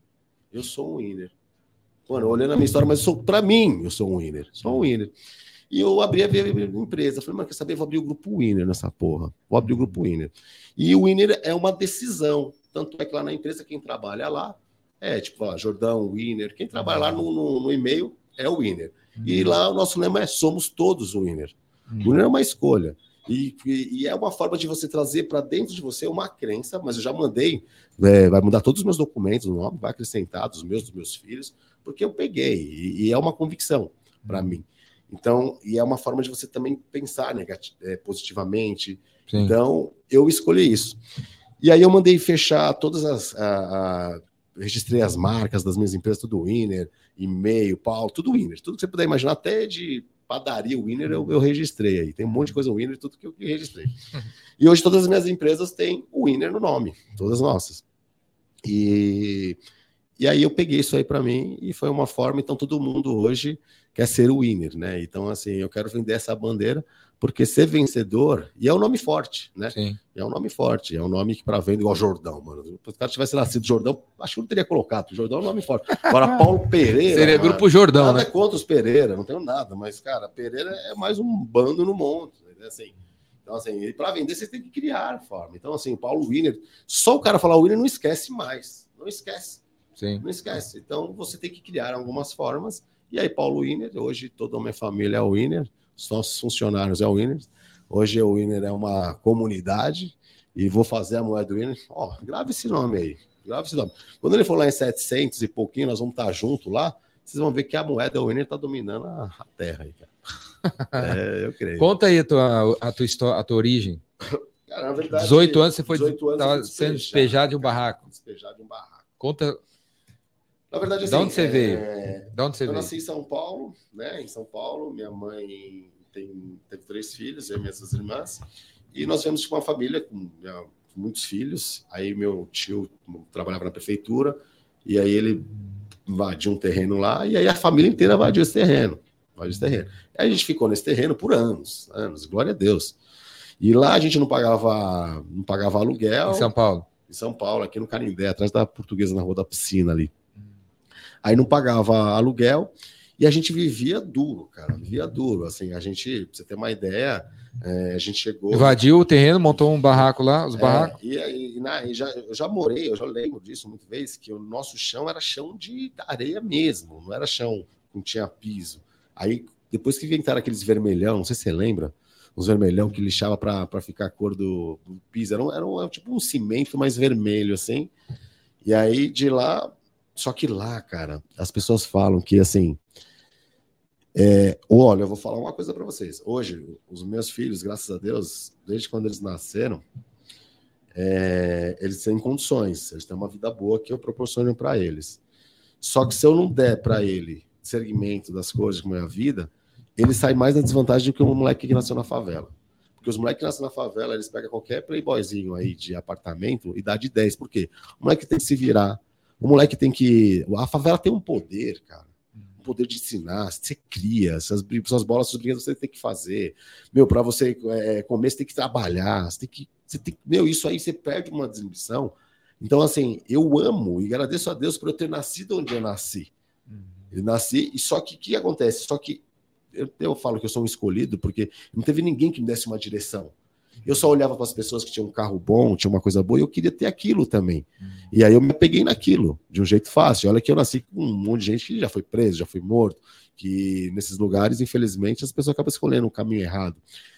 Eu sou um winner. Mano, olhando a minha história, mas eu sou, pra mim, eu sou um winner. Sou um winner. E eu abri a minha empresa. Falei, mano, quer saber? Vou abrir o grupo Winner nessa porra. Vou abrir o grupo Winner. E o Winner é uma decisão. Tanto é que lá na empresa, quem trabalha lá é tipo, ó, Jordão, Winner. Quem trabalha lá no, no, no e-mail é o Winner. Uhum. E lá o nosso lema é somos todos o Winner. Uhum. O Winner é uma escolha. E, e, e é uma forma de você trazer para dentro de você uma crença, mas eu já mandei, é, vai mudar todos os meus documentos, o nome vai acrescentar dos meus, dos meus filhos, porque eu peguei. E, e é uma convicção para mim. Então, e é uma forma de você também pensar negati- é, positivamente. Sim. Então, eu escolhi isso. E aí eu mandei fechar todas as... A, a, registrei as marcas das minhas empresas, tudo Winner, e-mail, pau, tudo Winner. Tudo que você puder imaginar, até de padaria Winner, eu, eu registrei aí. Tem um monte de coisa Winner, tudo que eu registrei. E hoje todas as minhas empresas têm o Winner no nome, todas nossas. E... E aí eu peguei isso aí para mim e foi uma forma, então todo mundo hoje quer ser o winner, né? Então, assim, eu quero vender essa bandeira, porque ser vencedor, e é um nome forte, né? Sim. É um nome forte, é um nome que para venda igual Jordão, mano. Se o cara tivesse nascido Jordão, acho que eu não teria colocado, Jordão é um nome forte. Agora, Paulo Pereira... Seria mano, grupo Jordão, nada né? É contra os Pereira, não tenho nada, mas, cara, Pereira é mais um bando no monte, né? Assim... Então, assim, para vender, você tem que criar a forma. Então, assim, o Paulo Winner, só o cara falar Winner não esquece mais, não esquece. Sim. Não esquece. Então, você tem que criar algumas formas. E aí, Paulo Winner, hoje toda a minha família é o Winner, os nossos funcionários é o Winner. Hoje o Winner é uma comunidade e vou fazer a moeda do Winner. Ó, grave esse nome aí. Grave esse nome. Quando ele for lá em setecentos e pouquinho, nós vamos estar junto lá. Vocês vão ver que a moeda Winner está dominando a, a terra aí, cara. É, eu creio. Conta aí a tua, a tua, história, a tua origem. Cara, na verdade, dezoito anos você foi dezoito anos tava sendo despejado de um barraco. Despejado de um barraco. Conta. Na verdade, assim, de onde você é... veio? De onde você eu veio? nasci em São Paulo, né? Em São Paulo, minha mãe tem, teve três filhos, eu e minhas duas irmãs, e nós viemos de uma família com, com muitos filhos. Aí meu tio trabalhava na prefeitura, e aí ele invadiu um terreno lá, e aí a família inteira invadiu esse terreno. Invadiu esse terreno. Aí a gente ficou nesse terreno por anos, anos, glória a Deus. E lá a gente não pagava, não pagava aluguel. Em São Paulo? Em São Paulo, aqui no Canindé, atrás da Portuguesa, na Rua da Piscina ali. Aí não pagava aluguel e a gente vivia duro, cara, vivia duro. Assim, a gente, pra você ter uma ideia, é, a gente chegou... Invadiu o terreno, montou um barraco lá, os é, barracos. E, e, na, e já, eu já morei, eu já lembro disso muitas vezes, que o nosso chão era chão de areia mesmo, não era chão que não tinha piso. Aí, depois que inventaram aqueles vermelhão, não sei se você lembra, uns vermelhão que lixava para ficar a cor do, do piso, era, um, era um, tipo um cimento mais vermelho, assim. E aí, de lá... Só que lá, cara, as pessoas falam que, assim... É, olha, eu vou falar uma coisa para vocês. Hoje, os meus filhos, graças a Deus, desde quando eles nasceram, é, eles têm condições, eles têm uma vida boa que eu proporciono para eles. Só que se eu não der para ele segmento das coisas como é a vida, ele sai mais na desvantagem do que um moleque que nasceu na favela. Porque os moleques que nascem na favela, eles pegam qualquer playboyzinho aí de apartamento e dá de dez. Por quê? O moleque tem que se virar. O moleque tem que... A favela tem um poder, cara. Um poder de ensinar, você cria, essas suas bolas, seus brinquedos você tem que fazer. Meu, para você é, comer, você tem que trabalhar, você tem que, você tem, meu, isso aí você perde uma desinibição. Então, assim, eu amo e agradeço a Deus por eu ter nascido onde eu nasci. Uhum. Eu nasci, e só que o que acontece? Só que eu, eu falo que eu sou um escolhido porque não teve ninguém que me desse uma direção. Eu só olhava para as pessoas que tinham um carro bom, tinham uma coisa boa, e eu queria ter aquilo também. Uhum. E aí eu me peguei naquilo, de um jeito fácil. Olha que eu nasci com um monte de gente que já foi preso, já foi morto, que nesses lugares, infelizmente, as pessoas acabam escolhendo o caminho errado.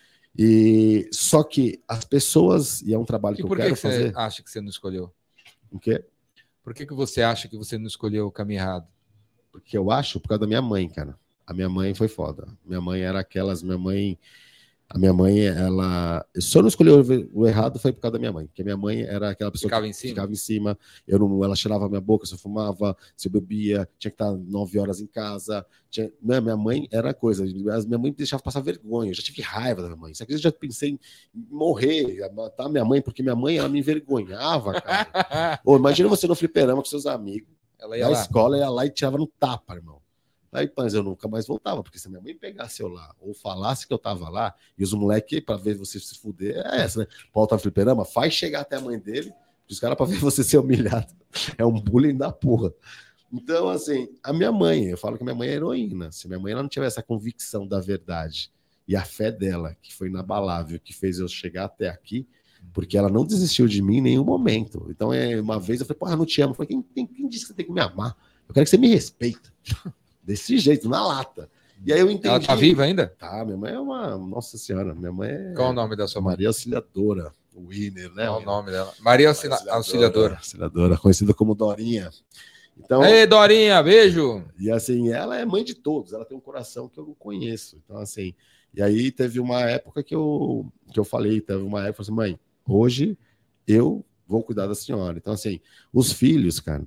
E só que as pessoas, e é um trabalho que, que eu quero que fazer... Por que você acha que você não escolheu? O quê? Por que, que você acha que você não escolheu o caminho errado? Porque eu acho, por causa da minha mãe, cara. A minha mãe foi foda. Minha mãe era aquelas... Minha mãe... A minha mãe, ela... Eu só não escolhi o errado foi por causa da minha mãe. Porque a minha mãe era aquela pessoa ficava que em cima. ficava em cima. Eu não, ela cheirava a minha boca, se eu fumava, se eu bebia, tinha que estar nove horas em casa. Tinha... Não, minha mãe era coisa. Minha mãe me deixava passar vergonha. Eu já tive raiva da minha mãe. Isso aqui eu já pensei em morrer, matar minha mãe, porque minha mãe, ela me envergonhava, cara. Ô, imagina você no fliperama com seus amigos. Ela ia na lá. escola, ia lá e tirava no tapa, irmão. Aí, mas eu nunca mais voltava, porque se a minha mãe pegasse eu lá, ou falasse que eu tava lá, e os moleques, pra ver você se fuder, é essa, né? Volta no fliperama, faz chegar até a mãe dele, os caras pra ver você ser humilhado. É um bullying da porra. Então, assim, a minha mãe, eu falo que minha mãe é heroína. Se minha mãe ela não tivesse essa convicção da verdade e a fé dela, que foi inabalável, que fez eu chegar até aqui, porque ela não desistiu de mim em nenhum momento. Então, é, uma vez eu falei, porra, não te amo. Eu falei, quem, quem, quem disse que você tem que me amar? Eu quero que você me respeita. Desse jeito, na lata. E aí eu entendi. Ela tá viva ainda? Tá, minha mãe é uma... Nossa Senhora, minha mãe é... Qual o nome da sua mãe? Maria Auxiliadora. Winner, né? Qual o nome dela? Maria Auxila... Auxiliadora. Auxiliadora. Auxiliadora, conhecida como Dorinha. Então, Ei, Dorinha, beijo! E assim, ela é mãe de todos, ela tem um coração que eu não conheço. Então, assim, e aí teve uma época que eu, que eu falei, teve uma época assim, mãe, hoje eu vou cuidar da senhora. Então, assim, os filhos, cara,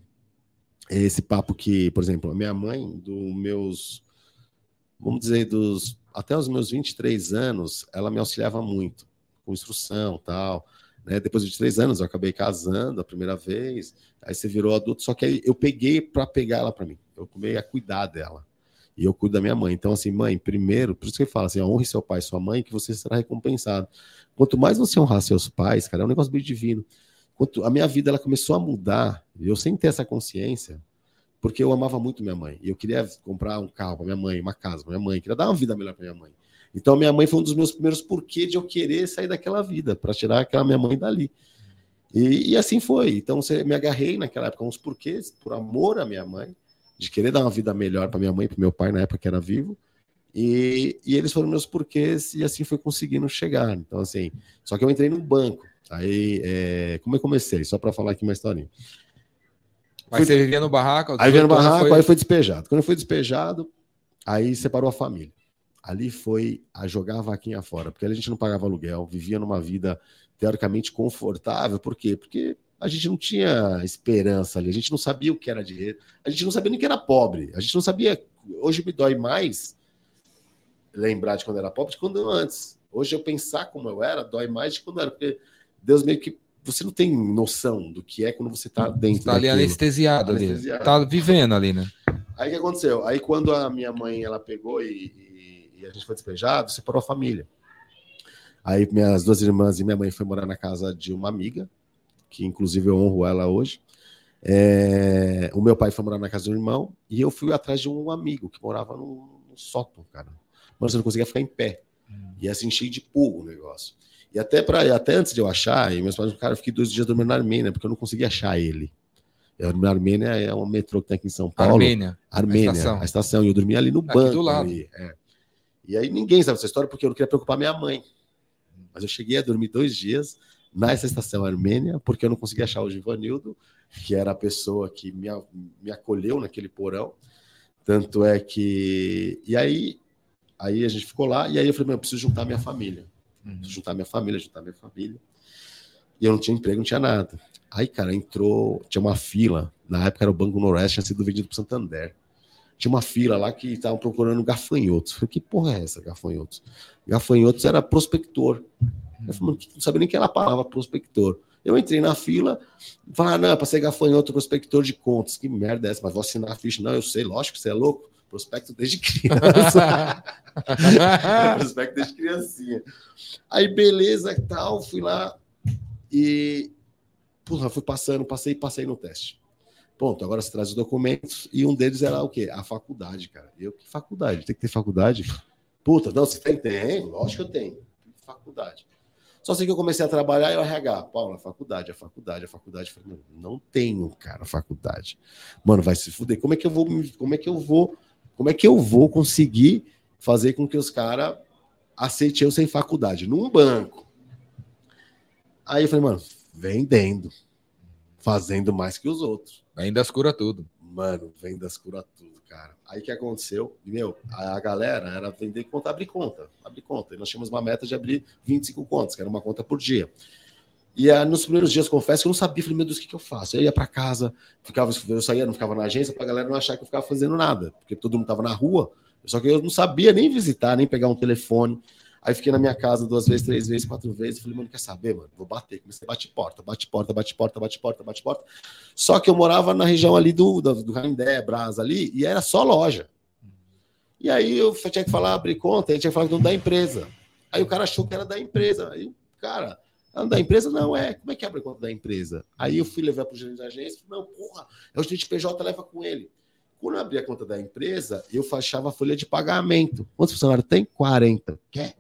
esse papo que, por exemplo, a minha mãe, dos meus, vamos dizer, dos até os meus vinte e três anos, ela me auxiliava muito, com instrução e tal, né? Depois de vinte e três anos, eu acabei casando a primeira vez, aí você virou adulto, só que aí eu peguei para pegar ela para mim, eu comecei a cuidar dela, e eu cuido da minha mãe. Então, assim, mãe, primeiro, por isso que ele fala assim, honre seu pai e sua mãe, que você será recompensado. Quanto mais você honrar seus pais, cara, é um negócio bem divino. Quanto, a minha vida, ela começou a mudar, e eu sem ter essa consciência, porque eu amava muito minha mãe, e eu queria comprar um carro para minha mãe, uma casa para minha mãe, queria dar uma vida melhor para minha mãe. Então, minha mãe foi um dos meus primeiros porquês de eu querer sair daquela vida, para tirar aquela minha mãe dali. E, e assim foi. Então, você, me agarrei naquela época uns porquês, por amor à minha mãe, de querer dar uma vida melhor para minha mãe e para meu pai, na época que era vivo, e, e eles foram meus porquês, e assim foi conseguindo chegar. Então, assim, só que eu entrei no banco. Aí, é, como eu comecei? Só para falar aqui uma historinha. Mas fui... você vivia no barraco? Aí vivia no barraco, foi... aí foi despejado. Quando eu fui despejado, aí separou a família. Ali foi a jogar a vaquinha fora, porque ali a gente não pagava aluguel, vivia numa vida teoricamente confortável. Por quê? Porque a gente não tinha esperança ali, a gente não sabia o que era dinheiro, a gente não sabia nem que era pobre, a gente não sabia. Hoje me dói mais lembrar de quando eu era pobre de quando antes. Hoje eu pensar como eu era, dói mais de quando eu era, porque Deus meio que... Você não tem noção do que é quando você está dentro. Você tá ali anestesiado, tá ali, anestesiado. Tá vivendo ali, né? Aí o que aconteceu? Aí quando a minha mãe, ela pegou e, e, e a gente foi despejado, separou a família. Aí minhas duas irmãs e minha mãe foi morar na casa de uma amiga, que inclusive eu honro ela hoje. É... O meu pai foi morar na casa de um irmão, e eu fui atrás de um amigo que morava no, no sótão, cara. Mas eu não conseguia ficar em pé. Hum. E assim, cheio de pulgo o negócio. E até, pra, até antes de eu achar, e meus pais, cara, eu fiquei dois dias dormindo na Armênia, porque eu não conseguia achar ele. Eu, na Armênia é um metrô que tem aqui em São Paulo. Armênia. Armênia, a estação. A estação. E eu dormia ali no aqui banco. Do lado. Ali, é. E aí ninguém sabe essa história, porque eu não queria preocupar minha mãe. Mas eu cheguei a dormir dois dias nessa estação Armênia, porque eu não conseguia achar o Givanildo, que era a pessoa que me, me acolheu naquele porão. Tanto é que... E aí, aí a gente ficou lá, e aí eu falei, eu preciso juntar minha família. Uhum. Juntar minha família, juntar minha família. E eu não tinha emprego, não tinha nada. Aí, cara, entrou, tinha uma fila, na época era o Banco Noroeste, tinha sido vendido para o Santander. Tinha uma fila lá que estavam procurando gafanhotos. Eu falei, que porra é essa, gafanhotos? Gafanhotos era prospector. Eu falei, não sabia nem que era a palavra prospector. Eu entrei na fila, falei, ah, não, é para ser gafanhoto, prospector de contas. Que merda é essa? Mas vou assinar a ficha. Não, eu sei, lógico que você é louco. prospecto desde criança. Era prospecto desde criancinha. Aí, beleza, tal, fui lá e... Porra, fui passando, passei, passei no teste. Ponto, agora você traz os documentos e um deles era o quê? A faculdade, cara. Eu, que faculdade? Tem que ter faculdade? Puta, não, você tem? Tem, lógico que eu tenho. Faculdade. Só sei que eu comecei a trabalhar e o R H, Paulo, a faculdade, a faculdade, a faculdade. Eu falei, não, não tenho, cara, faculdade. Mano, vai se fuder. Como é que eu vou, como é que eu vou, como é que eu vou conseguir fazer com que os caras aceitem eu sem faculdade? Num banco. Aí eu falei, mano, vendendo. Fazendo mais que os outros. Vendas cura tudo. Mano, vendas cura tudo, cara. Aí o que aconteceu? Meu, a galera era vender conta, abrir conta. Abrir conta. E nós tínhamos uma meta de abrir vinte e cinco contas, que era uma conta por dia. E aí, nos primeiros dias, confesso que eu não sabia. Falei, meu Deus, o que, que eu faço? Eu ia para casa, ficava, eu saía, não ficava na agência, pra galera não achar que eu ficava fazendo nada. Porque todo mundo tava na rua. Só que eu não sabia nem visitar, nem pegar um telefone. Aí fiquei na minha casa duas vezes, três vezes, quatro vezes. Falei, mano, quer saber, mano? Vou bater. Comecei a bate porta, bate porta, bate porta, bate porta, bate porta. Só que eu morava na região ali do, do, do Raindé, Brás ali, e era só loja. E aí eu tinha que falar, abrir conta, aí tinha que falar do nome da empresa. Aí o cara achou que era da empresa. Aí, cara, ah, da empresa não é. Como é que abre conta da empresa? Aí eu fui levar pro gerente da agência. Falei, não, porra, é o gerente P J, leva com ele. Quando eu abri a conta da empresa, eu fechava a folha de pagamento. Quantos funcionários tem? quarenta. Quer?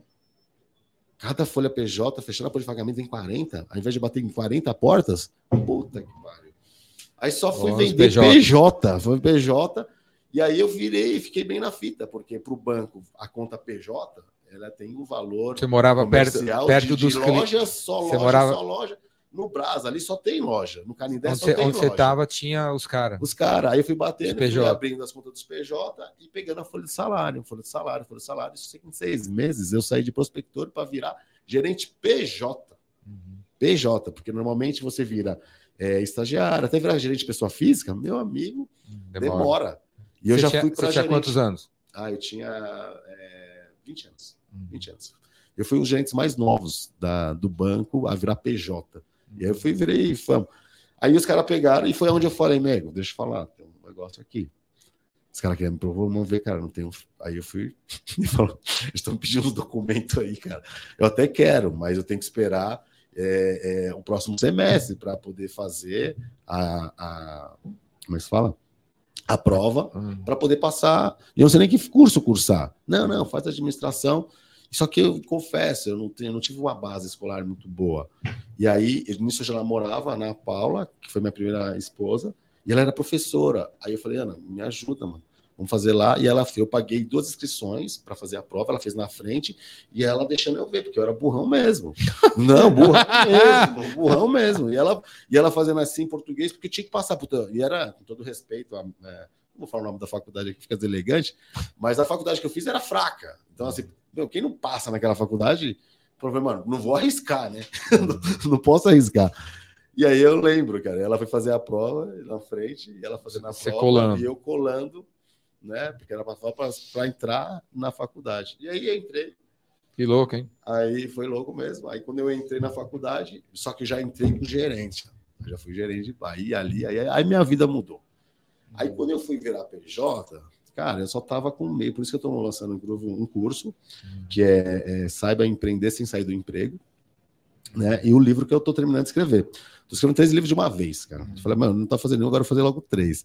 Cada folha P J, fechando a folha de pagamento em quarenta, ao invés de bater em quarenta portas, puta que pariu. Aí só fui Nossa, vender P J. P J, foi P J, e aí eu virei e fiquei bem na fita, porque para o banco, a conta P J, ela tem um valor Você morava perto, perto de, dos de loja, só loja, morava... só loja. No Brás, ali só tem loja. No Canindé onde só cê, tem onde loja. você tava, tinha os caras. Os caras. Aí eu fui batendo, fui abrindo as contas dos P J e pegando a folha de salário, folha de salário, folha de salário. Isso em seis meses eu saí de prospector para virar gerente P J. Uhum. P J, porque normalmente você vira é, estagiário, até virar gerente de pessoa física, meu amigo, demora. demora. E eu você já tinha, fui para gerente. Você tinha quantos anos? Ah, eu tinha é, vinte anos. Uhum. vinte anos. Eu fui um dos gerentes mais novos da, do banco a virar P J. E aí eu fui, virei fã. Aí os caras pegaram e foi onde eu falei, nego, deixa eu falar, tem um negócio aqui. Os caras querem me provar, vamos ver, cara, não tem um... Aí eu fui e falou, eles estão pedindo uns documentos aí, cara. Eu até quero, mas eu tenho que esperar é, é, o próximo semestre para poder fazer a, a... Como é que se fala? A prova, hum. para poder passar. E eu não sei nem que curso cursar. Não, não, faz administração. Só que eu confesso, eu não, tenho, eu não tive uma base escolar muito boa. E aí, nisso eu já namorava a Ana Paula, que foi minha primeira esposa, e ela era professora. Aí eu falei, Ana, me ajuda, mano. Vamos fazer lá. E ela, eu paguei duas inscrições para fazer a prova, ela fez na frente, e ela deixando eu ver, porque eu era burrão mesmo. Não, burrão mesmo, burrão mesmo. E ela, e ela fazendo assim em português, porque tinha que passar. Puta, e era, com todo respeito, a, é, não vou falar o nome da faculdade aqui, fica deselegante, mas a faculdade que eu fiz era fraca. Então, assim, meu, quem não passa naquela faculdade, problema, mano, não vou arriscar, né? não, não posso arriscar. E aí eu lembro, cara, ela foi fazer a prova na frente, e ela fazendo a Você prova, colando. e eu colando, né? Porque era para entrar na faculdade. E aí eu entrei. Que louco, hein? Aí foi louco mesmo. Aí quando eu entrei na faculdade, só que já entrei com gerente. Eu já fui gerente de aí, ali, aí, aí minha vida mudou. Aí quando eu fui virar P J, cara, eu só tava com meio, por isso que eu estou lançando um curso, que é, é Saiba Empreender Sem Sair do Emprego, né? E o livro que eu estou terminando de escrever. Estou escrevendo três livros de uma vez, cara. Eu falei, mano, não tá fazendo nenhum, agora eu vou fazer logo três.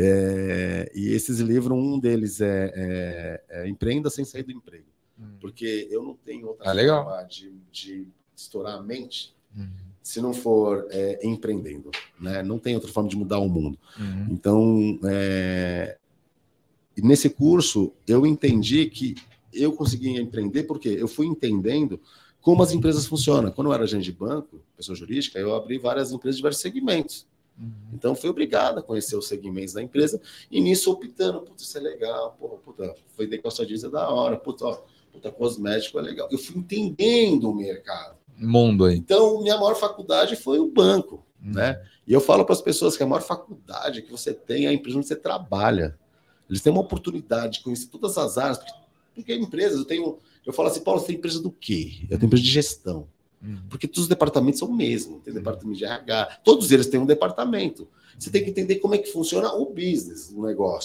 É, e esses livros, um deles é, é, é Empreenda Sem Sair do Emprego. Porque eu não tenho outra ah, forma de, de estourar a mente uhum. se não for é, empreendendo, né? Não tem outra forma de mudar o mundo. Uhum. Então, é... E nesse curso, eu entendi que eu conseguia empreender porque eu fui entendendo como as empresas funcionam. Quando eu era agente de banco, pessoa jurídica, eu abri várias empresas de vários segmentos. Uhum. Então, fui obrigado a conhecer os segmentos da empresa e nisso optando, puta, isso é legal, porra, puta, foi de calça jeans é da hora, puta, ó, puta, cosmético é legal. Eu fui entendendo o mercado. Mundo aí. Então, minha maior faculdade foi o banco, uhum. né? E eu falo para as pessoas que a maior faculdade que você tem é a empresa onde você trabalha. Eles têm uma oportunidade de conhecer todas as áreas, porque, porque empresas, eu tenho, eu falo assim, Paulo, você tem empresa do quê? Eu tenho empresa de gestão. Uhum. Porque todos os departamentos são o mesmo, tem departamento de R H, todos eles têm um departamento. Você tem que entender como é que funciona o business, o negócio.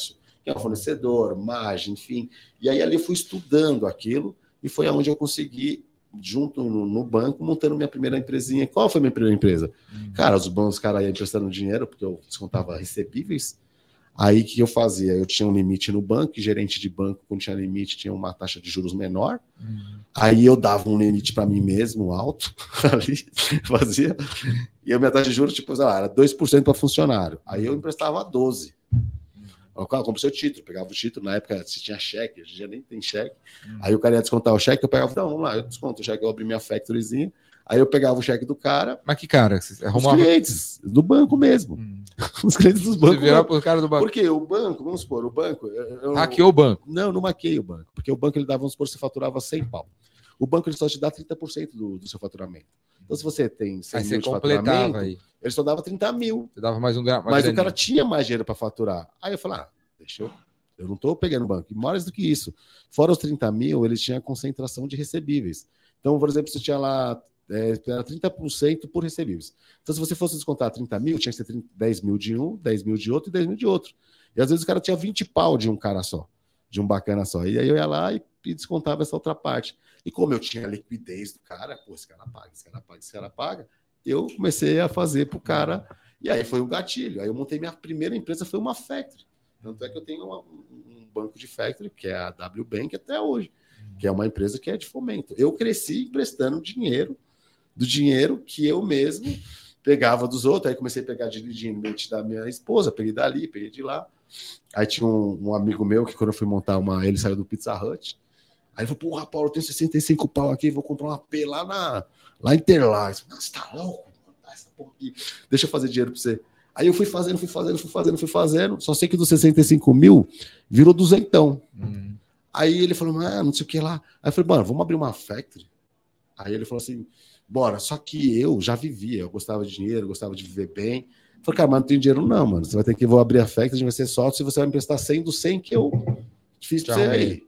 quem é o fornecedor, margem, enfim. E aí ali eu fui estudando aquilo e foi onde eu consegui, junto no, no banco, montando minha primeira empresinha. Qual foi a minha primeira empresa? Hum. Cara, os bancos, os caras iam emprestando dinheiro, porque eu descontava recebíveis. Aí o que eu fazia? Eu tinha um limite no banco, gerente de banco, quando tinha limite, tinha uma taxa de juros menor. Uhum. Aí eu dava um limite para mim mesmo, alto, ali, fazia. E a minha taxa de juros, tipo, sei lá, era dois por cento para funcionário. Aí eu emprestava doze por cento. Eu comprei o seu título, pegava o título, na época se tinha cheque, hoje em dia nem tem cheque. Uhum. Aí o cara ia descontar o cheque, eu pegava, não, vamos lá, eu desconto o cheque, eu abri minha factoryzinha. Aí eu pegava o cheque do cara. Mas que cara? Você arrumava... Os clientes, do banco mesmo. Hum. Os clientes dos bancos. Você virava pro cara do banco. Porque o banco, vamos supor, o banco... Eu... Hackeou o banco. Não, não maquei o banco. Porque o banco, ele dava, vamos supor, você faturava cem pau. O banco, ele só te dá trinta por cento do, do seu faturamento. Então, se você tem cem aí mil você de faturamento, aí. ele só dava trinta mil. Você dava mais um mais Mas o cara tinha mais dinheiro para faturar. Aí eu falei, ah, deixa eu... Eu não estou pegando banco. E mais do que isso, fora os trinta mil, eles tinham concentração de recebíveis. Então, por exemplo, você tinha lá é, era trinta por cento por recebíveis. Então, se você fosse descontar trinta mil, tinha que ser trinta, dez mil de um, dez mil de outro e dez mil de outro. E às vezes o cara tinha vinte pau de um cara só, de um bacana só. E aí eu ia lá e, e descontava essa outra parte. E como eu tinha a liquidez do cara, pô, esse cara paga, esse cara paga, esse cara paga, eu comecei a fazer pro cara. E aí foi um gatilho. Aí eu montei minha primeira empresa, foi uma factory. Tanto é que eu tenho uma, um banco de factory, que é a W Bank até hoje, que é uma empresa que é de fomento. Eu cresci emprestando dinheiro, do dinheiro que eu mesmo pegava dos outros, aí comecei a pegar dirigindo da minha esposa, peguei dali, peguei de lá. Aí tinha um, um amigo meu que quando eu fui montar uma, ele saiu do Pizza Hut, aí ele falou, porra, Paulo, eu tenho sessenta e cinco pau aqui, vou comprar uma P lá, na, lá em Interlagos. Nossa, tá louco? Essa porra aqui. Deixa eu fazer dinheiro pra você. Aí eu fui fazendo, fui fazendo, fui fazendo, fui fazendo. Só sei que dos sessenta e cinco mil virou duzentão. Uhum. Aí ele falou, ah, não sei o que lá. Aí eu falei, mano, vamos abrir uma factory. Aí ele falou assim, bora. Só que eu já vivia, eu gostava de dinheiro, gostava de viver bem. Eu falei, cara, mas não tem dinheiro não, mano. Você vai ter que, vou abrir a factory, a gente vai ser sócio e você vai me emprestar cem dos cem que eu fiz pra você aí.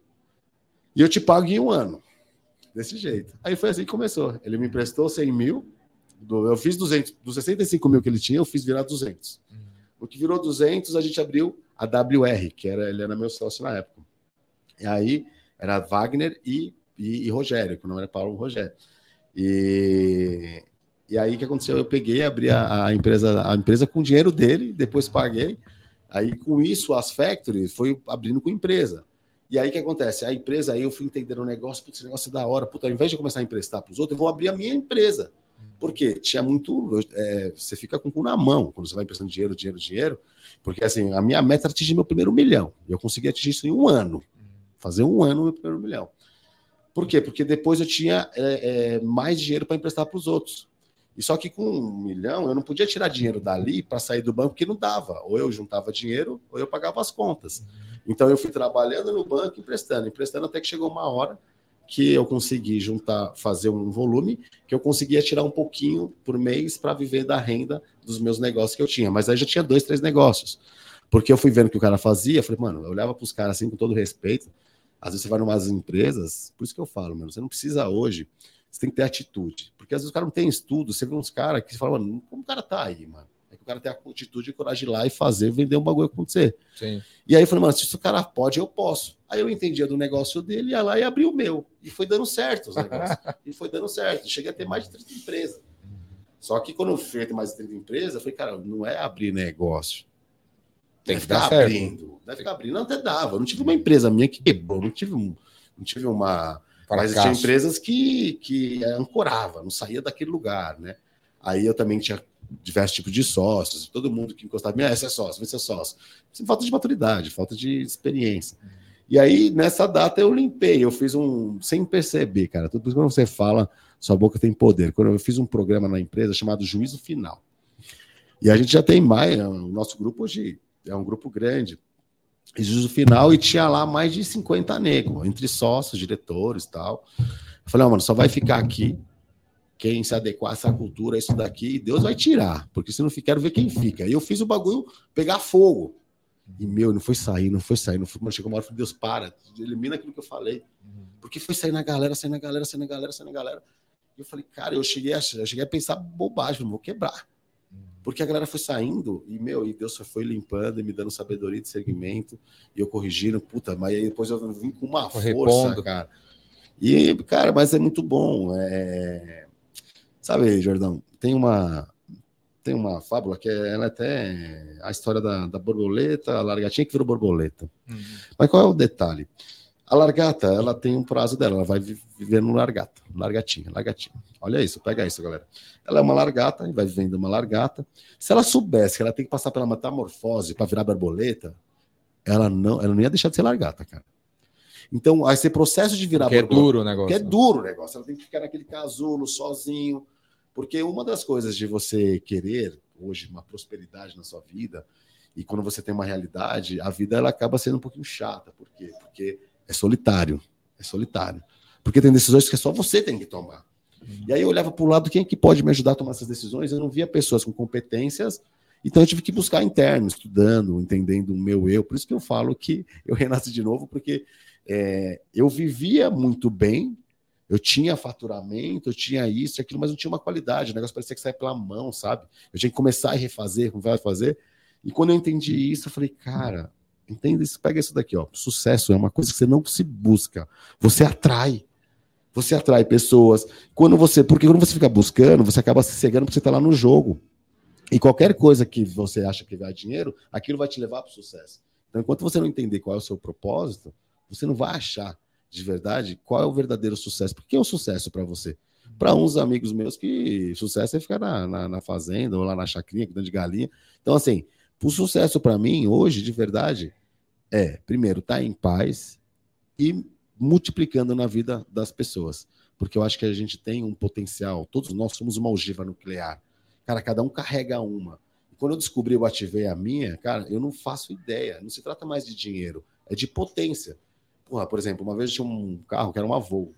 E eu te pago em um ano. Desse jeito. Aí foi assim que começou. Ele me emprestou cem mil. Eu fiz duzentos, dos sessenta e cinco mil que ele tinha, eu fiz virar duzentos. Uhum. O que virou duzentos, a gente abriu a W R, que era, ele era meu sócio na época. E aí era Wagner e, e, e Rogério, que não era Paulo Rogério. E, e aí o que aconteceu? Eu peguei, abri a, a, empresa, a empresa com o dinheiro dele, depois paguei. Aí com isso, as factories foi abrindo com empresa. E aí o que acontece? A empresa, aí eu fui entendendo o negócio, putz, esse negócio é da hora. Puta, ao invés de eu começar a emprestar para os outros, eu vou abrir a minha empresa. Porque tinha muito. É, você fica com o cu na mão quando você vai emprestando dinheiro, dinheiro, dinheiro. Porque assim, a minha meta era atingir meu primeiro milhão. E eu consegui atingir isso em um ano. Fazer um ano meu primeiro milhão. Por quê? Porque depois eu tinha é, é, mais dinheiro para emprestar para os outros. E só que com um milhão eu não podia tirar dinheiro dali para sair do banco, porque não dava. Ou eu juntava dinheiro, ou eu pagava as contas. Então eu fui trabalhando no banco, emprestando, emprestando, até que chegou uma hora que eu consegui juntar, fazer um volume, que eu conseguia tirar um pouquinho por mês para viver da renda dos meus negócios que eu tinha. Mas aí já tinha dois, três negócios. Porque eu fui vendo o que o cara fazia, falei, mano, eu olhava para os caras assim, com todo respeito. Às vezes você vai em umas empresas, por isso que eu falo, mano, você não precisa hoje, você tem que ter atitude. Porque às vezes o cara não tem estudo, você vê uns caras que falam, mano, como o cara tá aí, mano? É que o cara tem a atitude e coragem de ir lá e fazer, vender um bagulho acontecer. Sim. E aí eu falei, mano, se o cara pode, eu posso. Aí eu entendia do negócio dele, ia lá e abri o meu. E foi dando certo os negócios. E foi dando certo. Cheguei a ter mais de trinta empresas. Só que quando eu fui ter mais de trinta empresas, eu falei, cara, não é abrir negócio. Tem que ficar abrindo. Deve ficar abrindo. Não, até dava. Eu não tive uma empresa minha que quebrou. Não tive, um, não tive uma... Mas tinha empresas que, que ancorava, não saía daquele lugar, né? Aí eu também tinha diversos tipos de sócios. Todo mundo que encostava, ah, esse é sócio, esse é sócio. Falta de maturidade, falta de experiência. E aí, nessa data, eu limpei. Eu fiz um... Sem perceber, cara. Tudo isso quando você fala, sua boca tem poder. Quando eu fiz um programa na empresa chamado Juízo Final. E a gente já tem mais... O nosso grupo hoje é um grupo grande. E Juízo Final, e tinha lá mais de cinquenta negros, entre sócios, diretores e tal. Eu falei, oh, mano, só vai ficar aqui quem se adequar a essa cultura, isso daqui, Deus vai tirar. Porque se não ficar, quero ver quem fica. E eu fiz o bagulho pegar fogo. E, meu, não foi sair, não foi sair, não foi, mano, chegou uma hora e falei, Deus, para, elimina aquilo que eu falei. Uhum. Porque foi sair na galera, sair na galera, sair na galera, sair na galera. E eu falei, cara, eu cheguei a, eu cheguei a pensar bobagem, vou quebrar. Porque a galera foi saindo e, meu, e Deus só foi limpando e me dando sabedoria de segmento e eu corrigindo, puta, mas aí depois eu vim com uma força, Repondo. cara. E, cara, mas é muito bom. É... Sabe, Jordão, tem uma, tem uma fábula que é, ela é até a história da, da borboleta, a largatinha que virou borboleta. Uhum. Mas qual é o detalhe? A largata, ela tem um prazo dela, ela vai viver no largata, largatinha, largatinha. Olha isso, pega isso, galera. Ela é uma largata, vai vivendo uma largata. Se ela soubesse que ela tem que passar pela metamorfose para virar borboleta, ela não, ela não ia deixar de ser largata, cara. Então, esse processo de virar borboleta... é duro o negócio. Que é duro o negócio, ela tem que ficar naquele casulo, sozinho. Porque uma das coisas de você querer, hoje, uma prosperidade na sua vida, e quando você tem uma realidade, a vida ela acaba sendo um pouquinho chata. Por quê? Porque é solitário, é solitário. Porque tem decisões que só você tem que tomar. Uhum. E aí eu olhava para o lado, quem é que pode me ajudar a tomar essas decisões? Eu não via pessoas com competências, então eu tive que buscar interno, estudando, entendendo o meu eu. Por isso que eu falo que eu renasci de novo, porque é, eu vivia muito bem, eu tinha faturamento, eu tinha isso e aquilo, mas não tinha uma qualidade, o negócio parecia que saia pela mão, sabe? Eu tinha que começar e refazer, como vai fazer. E quando eu entendi isso, eu falei, cara... Entenda isso, pega isso daqui, ó. Sucesso é uma coisa que você não se busca, você atrai. Você atrai pessoas. Quando você, porque quando você fica buscando, você acaba se cegando porque você está lá no jogo. E qualquer coisa que você acha que vai dar dinheiro, aquilo vai te levar para o sucesso. Então, enquanto você não entender qual é o seu propósito, você não vai achar de verdade qual é o verdadeiro sucesso. Porque é o sucesso para você? Para uns amigos meus que sucesso é ficar na, na, na fazenda ou lá na chacrinha, cuidando de galinha. Então, assim, o sucesso para mim, hoje, de verdade, é, primeiro, estar tá em paz e multiplicando na vida das pessoas. Porque eu acho que a gente tem um potencial, todos nós somos uma ogiva nuclear. Cara, cada um carrega uma. E quando eu descobri, eu ativei a minha, cara, eu não faço ideia. Não se trata mais de dinheiro, é de potência. Porra, por exemplo, uma vez eu tinha um carro que era uma Volvo.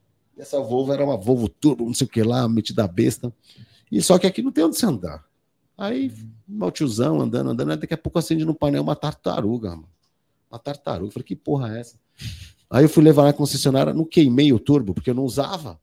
E essa Volvo era uma Volvo Turbo, não sei o que lá, metida besta. E só que aqui não tem onde você andar. Aí, meu tiozão andando, andando, daqui a pouco acende no painel uma tartaruga, mano. Uma tartaruga. Eu falei, que porra é essa? Aí eu fui levar na concessionária, não queimei o turbo, porque eu não usava.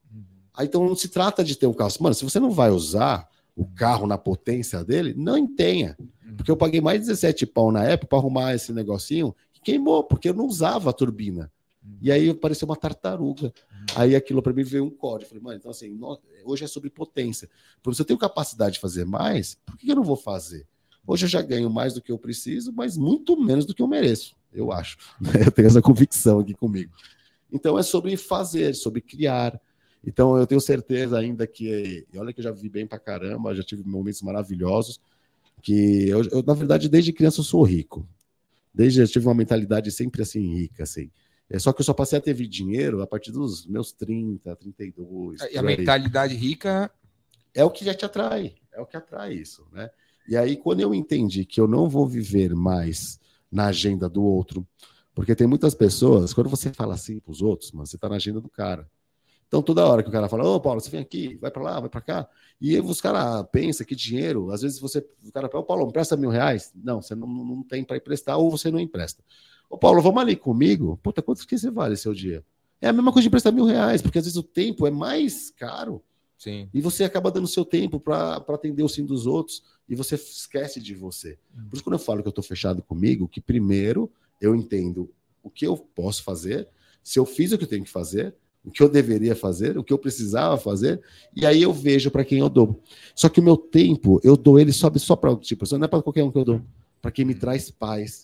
Aí então não se trata de ter um carro. Mano, se você não vai usar o carro na potência dele, não tenha. Porque eu paguei mais de dezessete pau na época para arrumar esse negocinho que queimou, porque eu não usava a turbina. E aí apareceu uma tartaruga. Aí aquilo para mim veio um código. Eu falei, mano, então assim, hoje é sobre potência. Porque se eu tenho capacidade de fazer mais, por que eu não vou fazer? Hoje eu já ganho mais do que eu preciso, mas muito menos do que eu mereço, eu acho. Eu tenho essa convicção aqui comigo. Então é sobre fazer, sobre criar. Então eu tenho certeza ainda que, e olha que eu já vivi bem pra caramba, já tive momentos maravilhosos, que eu, eu na verdade, desde criança eu sou rico. Desde eu tive uma mentalidade sempre assim, rica, assim. É só que eu só passei a ter dinheiro a partir dos meus trinta, trinta e dois. E a mentalidade rica é o que já te atrai, é o que atrai isso, né? E aí, quando eu entendi que eu não vou viver mais na agenda do outro, porque tem muitas pessoas, quando você fala assim para os outros, mano, você tá na agenda do cara. Então, toda hora que o cara fala, ô, Paulo, você vem aqui, vai para lá, vai para cá, e aí os caras pensam que dinheiro, às vezes você, o cara fala, ô, Paulo, me empresta mil reais? Não, você não, não tem para emprestar, ou você não empresta. Ô, Paulo, vamos ali comigo? Puta, quanto que você vale seu dia? É a mesma coisa de emprestar mil reais, porque às vezes o tempo é mais caro. Sim. E você acaba dando seu tempo para atender o sim dos outros e você esquece de você. Por isso, quando eu falo que eu estou fechado comigo, que primeiro eu entendo o que eu posso fazer, se eu fiz o que eu tenho que fazer, o que eu deveria fazer, o que eu precisava fazer, e aí eu vejo para quem eu dou. Só que o meu tempo, eu dou ele só, só para outra tipo, não é para qualquer um que eu dou, para quem me traz paz.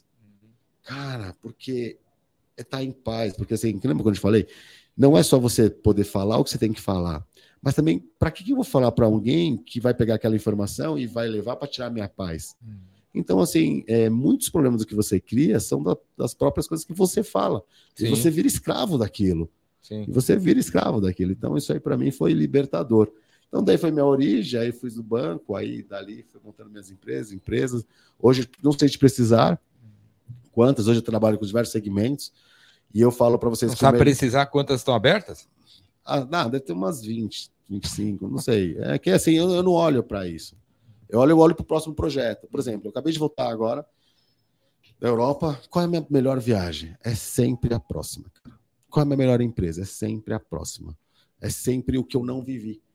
Cara, porque é estar em paz, porque assim, lembra quando eu te falei? Não é só você poder falar o que você tem que falar, mas também, para que, que eu vou falar para alguém que vai pegar aquela informação e vai levar para tirar minha paz? Hum. Então, assim, é, muitos problemas que você cria são da, das próprias coisas que você fala. Sim. E você vira escravo daquilo. Sim. E você vira escravo daquilo. Então, isso aí para mim foi libertador. Então, daí foi minha origem, aí fui do banco, aí dali fui montando minhas empresas, empresas. Hoje, não sei te precisar quantas, hoje eu trabalho com diversos segmentos, e eu falo para vocês... Não sabe precisar quantas estão abertas? Ah, não, deve ter umas vinte, vinte e cinco, não sei. É que assim, eu, eu não olho para isso. Eu olho, eu olho para o próximo projeto. Por exemplo, eu acabei de voltar agora da Europa. Qual é a minha melhor viagem? É sempre a próxima, cara. Qual é a minha melhor empresa? É sempre a próxima. É sempre o que eu não vivi.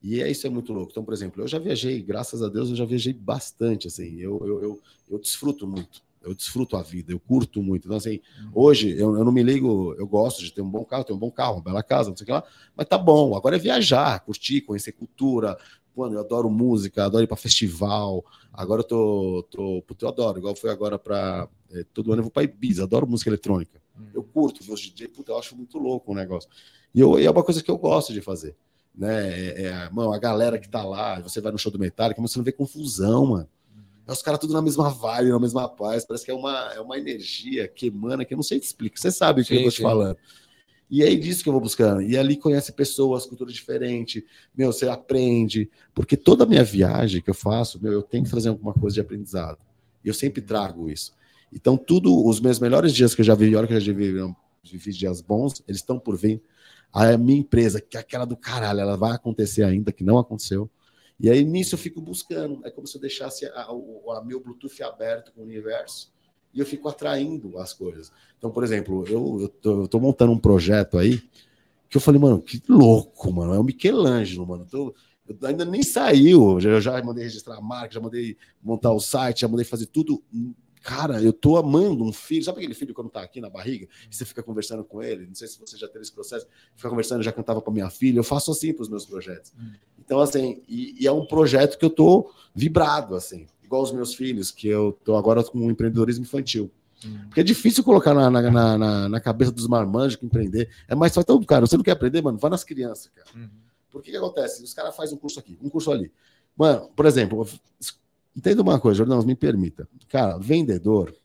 E é isso, é muito louco. Então, por exemplo, eu já viajei, graças a Deus, eu já viajei bastante, assim, eu, eu, eu, eu desfruto muito, eu desfruto a vida, eu curto muito. Então, assim, hoje eu, eu não me ligo, eu gosto de ter um bom carro, ter um bom carro, uma bela casa, não sei o que lá, mas tá bom, agora é viajar, curtir, conhecer cultura. Mano, eu adoro música, adoro ir para festival. Agora eu tô, tô, eu adoro, igual foi agora para é, todo ano eu vou para Ibiza, adoro música eletrônica. Eu curto ver os D J, puta, eu acho muito louco o negócio. E, eu, e é uma coisa que eu gosto de fazer, né? É, é, mano, a galera que tá lá, você vai no show do Metallica, você não vê confusão, mano. É os caras tudo na mesma vibe, na mesma paz. Parece que é uma, é uma energia que emana, que eu não sei te explicar. Você sabe o que sim, eu tô te sim. falando. E é disso que eu vou buscando. E ali conhece pessoas, culturas diferentes. Meu, você aprende. Porque toda a minha viagem que eu faço, meu, eu tenho que trazer alguma coisa de aprendizado. E eu sempre trago isso. Então, tudo, os meus melhores dias que eu já vivi, a hora que eu já vivi, vivi dias bons, eles estão por vir. A minha empresa, que é aquela do caralho, ela vai acontecer ainda, que não aconteceu. E aí, nisso, eu fico buscando. É como se eu deixasse a, a, a meu Bluetooth aberto com o universo e eu fico atraindo as coisas. Então, por exemplo, eu, eu, tô, eu tô montando um projeto aí que eu falei, mano, que louco, mano. É o Michelangelo, mano. Tô, eu ainda nem saiu. Eu já mandei registrar a marca, já mandei montar o site, já mandei fazer tudo. Cara, eu tô amando um filho. Sabe aquele filho quando tá aqui na barriga? E você fica conversando com ele? Não sei se você já teve esse processo. Fica conversando, eu já cantava com a minha filha. Eu faço assim para os meus projetos. Então, assim, e, e é um projeto que eu tô vibrado, assim. Igual os meus filhos, que eu tô agora com um empreendedorismo infantil. Porque é difícil colocar na, na, na, na cabeça dos marmanjos que empreender. É mais fácil. Então, cara, você não quer aprender, mano? Vai nas crianças, cara. Uhum. Por que que acontece? Os caras fazem um curso aqui, um curso ali. Mano, por exemplo, entenda uma coisa, Jordão, me permita. Cara, vendedor,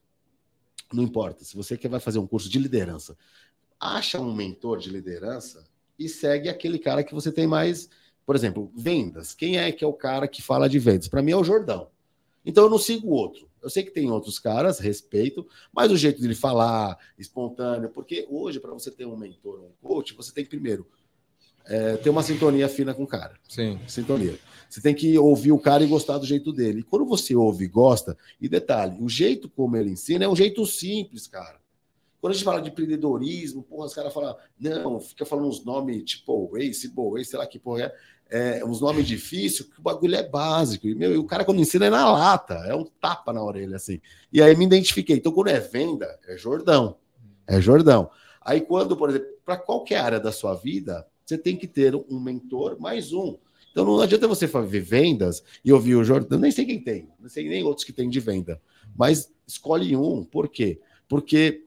não importa. Se você quer vai fazer um curso de liderança, acha um mentor de liderança e segue aquele cara que você tem mais... Por exemplo, vendas. Quem é que é o cara que fala de vendas? Para mim é o Jordão. Então eu não sigo o outro. Eu sei que tem outros caras, respeito, mas o jeito dele falar, espontâneo, porque hoje, para você ter um mentor, um coach, você tem que primeiro é, ter uma sintonia fina com o cara. Sim. Sintonia. Você tem que ouvir o cara e gostar do jeito dele. E quando você ouve e gosta, e detalhe, o jeito como ele ensina é um jeito simples, cara. Quando a gente fala de empreendedorismo, porra, os caras falam, não, fica falando uns nomes tipo Ace, Ace, sei lá que porra é, é uns nomes difíceis, que o bagulho é básico. E, meu, e o cara, quando ensina, é na lata, é um tapa na orelha, assim. E aí me identifiquei. Então, quando é venda, é Jordão. É Jordão. Aí, quando, por exemplo, para qualquer área da sua vida, você tem que ter um mentor mais um. Então, não adianta você fazer vendas e ouvir o Jordão, nem sei quem tem, não sei nem outros que tem de venda, mas escolhe um. Por quê? Porque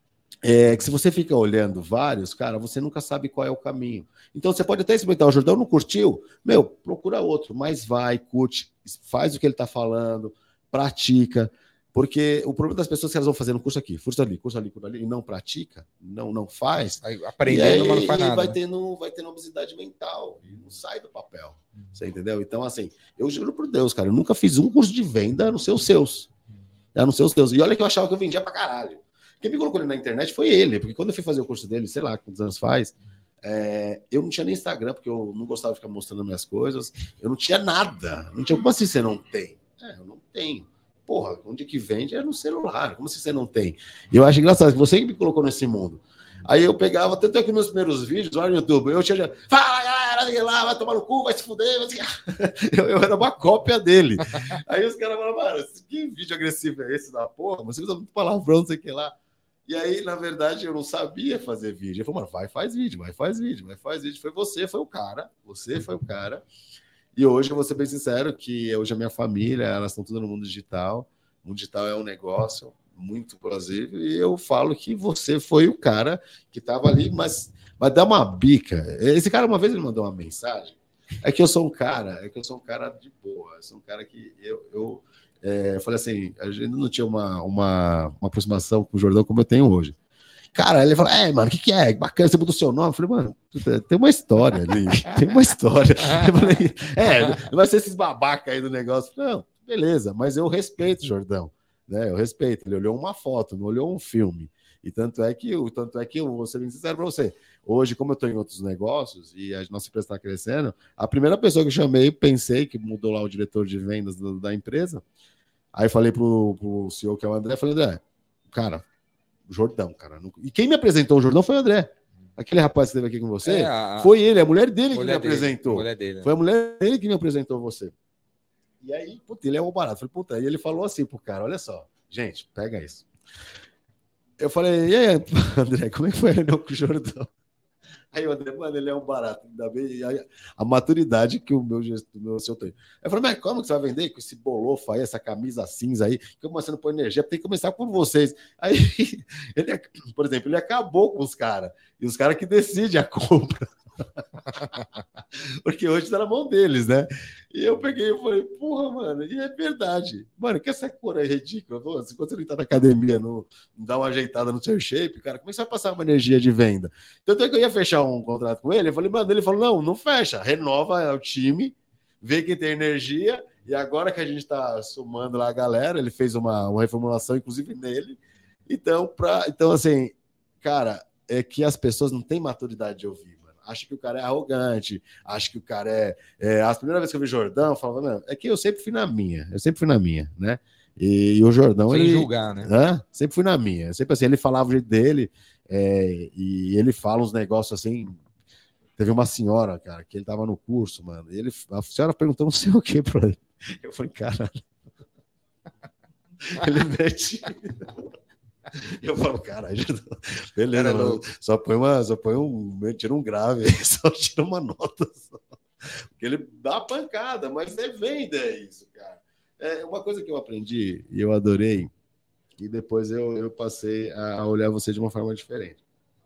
É, que se você fica olhando vários, cara, você nunca sabe qual é o caminho. Então você pode até experimentar o Jordão, não curtiu? Meu, procura outro, mas vai, curte, faz o que ele está falando, pratica. Porque o problema das pessoas é que elas vão fazendo curso aqui, curso ali, curso ali, curso ali, e não pratica, não, não faz. Aí, aprendendo, mas não faz nada. Vai tendo, vai tendo obesidade mental, e não sai do papel. Você entendeu? Então, assim, eu juro por Deus, cara, eu nunca fiz um curso de venda a não ser os seus. A não ser os seus. E olha que eu achava que eu vendia pra caralho. Quem me colocou ele na internet foi ele, porque quando eu fui fazer o curso dele, sei lá quantos anos faz, é, eu não tinha nem Instagram, porque eu não gostava de ficar mostrando minhas coisas, eu não tinha nada. Não tinha, como assim você não tem? É, eu não tenho. Porra, onde que vende é no celular, como assim você não tem? E eu acho engraçado, que você que me colocou nesse mundo. Aí eu pegava, tanto é que meus primeiros vídeos lá no YouTube, eu tinha já, fala galera, lá, vai tomar no cu, vai se fuder, vai se... eu, eu era uma cópia dele. Aí os caras falaram, mano, que vídeo agressivo é esse da porra? Você usa muito palavrão, não sei o que lá. E aí, na verdade, eu não sabia fazer vídeo. Eu falei, mano, vai, faz vídeo, vai, faz vídeo, vai, faz vídeo. Foi você, foi o cara, você foi o cara. E hoje, eu vou ser bem sincero, que hoje a minha família, elas estão tudo no mundo digital. O mundo digital é um negócio muito plausível, e eu falo que você foi o cara que estava ali, mas vai dar uma bica. Esse cara, uma vez, ele mandou uma mensagem, é que eu sou um cara, é que eu sou um cara de boa, eu sou um cara que eu, eu, é, eu falei assim, a gente não tinha uma, uma, uma aproximação com o Jordão como eu tenho hoje. Cara, ele falou, é, mano, o que, que é? Bacana, você botou o seu nome. Eu falei, mano, tem uma história ali, tem uma história. Eu falei, é, não vai ser esses babacas aí do negócio. Não, beleza, mas eu respeito o Jordão. Né, eu respeito, ele olhou uma foto, não olhou um filme. E tanto é que, tanto é que eu vou ser bem sincero para você. Hoje, como eu estou em outros negócios e a nossa empresa está crescendo, a primeira pessoa que eu chamei, pensei que mudou lá o diretor de vendas do, da empresa. Aí falei pro, pro C E O, que é o André, falei, André, cara, Jordão, cara. Não... E quem me apresentou o Jordão foi o André. Aquele rapaz que esteve aqui com você, É, a- foi ele, a mulher dele que me mulher dele, apresentou. mulher dele. Foi a mulher dele que me apresentou você. E aí, puta, ele é um barato. Falei, puta, e ele falou assim pro cara, olha só, gente, pega isso. Eu falei, e aí, André, como é que foi a reunião com o Jordão? Aí o André, mano, ele é um barato, ainda bem, e aí, a maturidade que o meu gesto, o meu seu tem. Eu falei, mas como que você vai vender com esse bolofa aí, essa camisa cinza aí, que você não põe energia, tem que começar por vocês. Aí, ele, por exemplo, ele acabou com os caras, e os caras que decidem a compra. Porque hoje tá na mão deles, né? E eu peguei e falei, porra, mano, e é verdade. Mano, que essa cor é ridícula. Pô, se você não tá na academia, não, não dá uma ajeitada no seu shape, cara, como é que você vai passar uma energia de venda? Tanto é que eu ia fechar um contrato com ele, eu falei, mano, ele falou, não, não fecha, renova o time, vê quem tem energia, e agora que a gente tá somando lá a galera, ele fez uma, uma reformulação, inclusive nele. Então, pra, então, assim, cara, é que as pessoas não têm maturidade de ouvir. Acho que o cara é arrogante, acho que o cara é... é a primeira vez que eu vi Jordão, eu falava, não, é que eu sempre fui na minha, eu sempre fui na minha, né? E, e o Jordão, Sem ele... julgar, né? Hã? Sempre fui na minha, sempre assim, ele falava o jeito dele, é, e ele fala uns negócios assim... Teve uma senhora, cara, que ele tava no curso, mano, e ele, a senhora perguntou não sei o que pra ele. Eu falei, caralho... ele mete... Eu falo, caralho, beleza, mano, só põe uma, só põe um, tira um grave, só tira uma nota, só. Porque ele dá pancada, mas é venda isso, cara. É uma coisa que eu aprendi e eu adorei, e depois eu, eu passei a olhar você de uma forma diferente.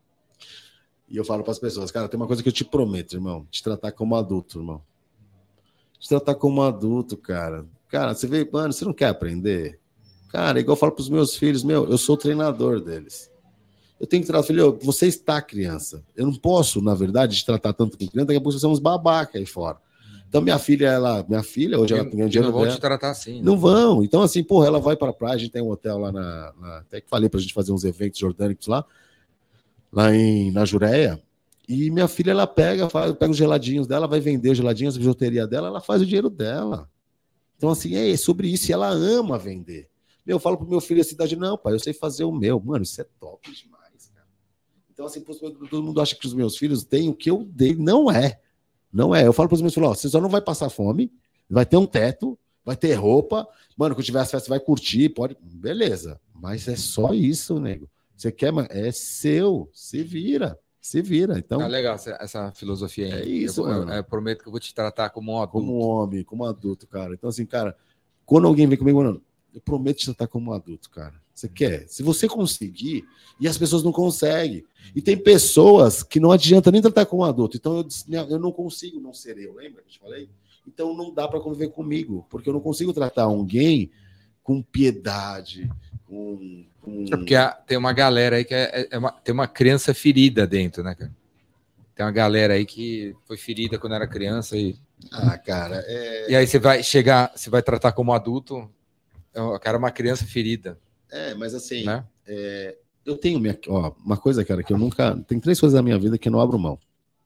E eu falo para as pessoas, cara, tem uma coisa que eu te prometo, irmão, te tratar como adulto, irmão. Te tratar como adulto, cara. Cara, você vê, mano, você não quer aprender? Cara, igual eu falo para os meus filhos, meu, eu sou o treinador deles. Eu tenho que tratar, filho, você está criança. Eu não posso, na verdade, te tratar tanto com criança, daqui a pouco você é uns babaca aí fora. Então, minha filha, ela, minha filha, hoje ela ganha dinheiro. Não vão te tratar assim. Né? Não vão. Então, assim, porra, ela vai para a praia, a gente tem um hotel lá na, na. Até que falei para a gente fazer uns eventos jordânicos lá, lá em, na Jureia. E minha filha, ela pega, faz, pega os geladinhos dela, vai vender os geladinhos, a bijuteria dela, ela faz o dinheiro dela. Então, assim, é sobre isso, e ela ama vender. Eu falo pro meu filho assim, não, pai, eu sei fazer o meu. Mano, isso é top demais, cara. Então, assim, todo mundo acha que os meus filhos têm o que eu dei. Não é. Não é. Eu falo pros meus filhos, ó, você só não vai passar fome, vai ter um teto, vai ter roupa. Mano, quando tiver as festas, vai curtir, pode... Beleza. Mas é só isso, nego. Você quer, é seu. Se vira. Se vira. Então, ah, legal essa, essa filosofia aí. É isso, eu, mano. Eu, eu prometo que eu vou te tratar como um adulto. Como homem, como adulto, cara. Então, assim, cara, quando alguém vem comigo, mano, eu prometo te tratar como um adulto, cara. Você quer? Se você conseguir, e as pessoas não conseguem. E tem pessoas que não adianta nem tratar como um adulto. Então eu, eu não consigo não ser eu, lembra que eu te falei? Então não dá para conviver comigo, porque eu não consigo tratar alguém com piedade, com... com... É porque tem uma galera aí que é, é uma, tem uma criança ferida dentro, né, cara? Tem uma galera aí que foi ferida quando era criança e... Ah, cara, é... E aí você vai chegar, você vai tratar como adulto... O cara é uma criança ferida. É, mas assim, né? é, eu tenho minha, ó, uma coisa, cara, que eu nunca... Tem três coisas na minha vida que eu não abro mão.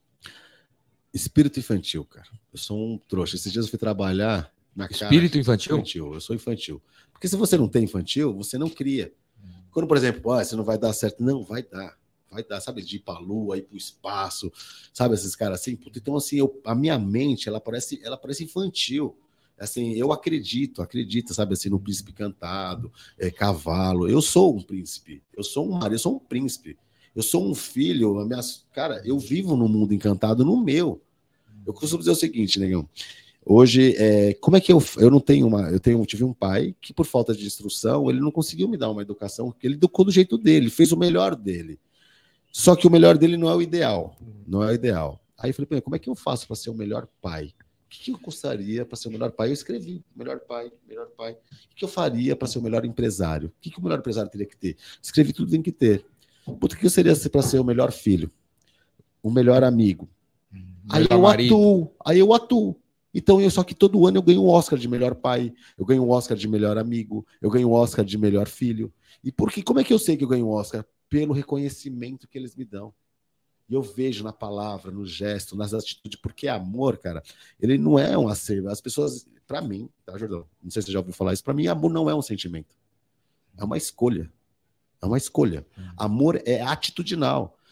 Espírito infantil, cara. Eu sou um trouxa. Esses dias eu fui trabalhar na casa... Espírito infantil? infantil? Eu sou infantil. Porque se você não tem infantil, você não cria. Quando, por exemplo, ah, você não vai dar certo. Não, vai dar. Vai dar, sabe? De ir pra lua, ir pro espaço. Sabe esses caras assim? Então, assim, eu, a minha mente, ela parece, ela parece infantil. Assim, eu acredito, acredito, sabe, assim, no príncipe cantado, é, cavalo. Eu sou um príncipe, eu sou um marido, eu sou um príncipe, eu sou um filho. Minha, cara, eu vivo num mundo encantado no meu. Eu costumo dizer o seguinte, negão. Hoje, é, como é que eu, eu não tenho uma, eu tenho, tive um pai que por falta de instrução, ele não conseguiu me dar uma educação, ele educou do jeito dele, fez o melhor dele. Só que o melhor dele não é o ideal, não é o ideal. Aí eu falei, como é que eu faço para ser o melhor pai? O que eu gostaria para ser o melhor pai? Eu escrevi, melhor pai, melhor pai. O que eu faria para ser o melhor empresário? O que, que o melhor empresário teria que ter? Escrevi tudo, tem que ter. Puta, o que eu seria para ser o melhor filho? O melhor amigo? Hum, aí eu marido. atuo, aí eu atuo. Então, eu, só que todo ano eu ganho um Oscar de melhor pai, eu ganho um Oscar de melhor amigo, eu ganho um Oscar de melhor filho. E por que, como é que eu sei que eu ganho um Oscar? Pelo reconhecimento que eles me dão. E eu vejo na palavra, no gesto, nas atitudes, porque amor, cara, ele não é um acervo. As pessoas, pra mim, tá, Jordão? Não sei se você já ouviu falar isso, pra mim, amor não é um sentimento. É uma escolha. É uma escolha. Amor é atitudinal.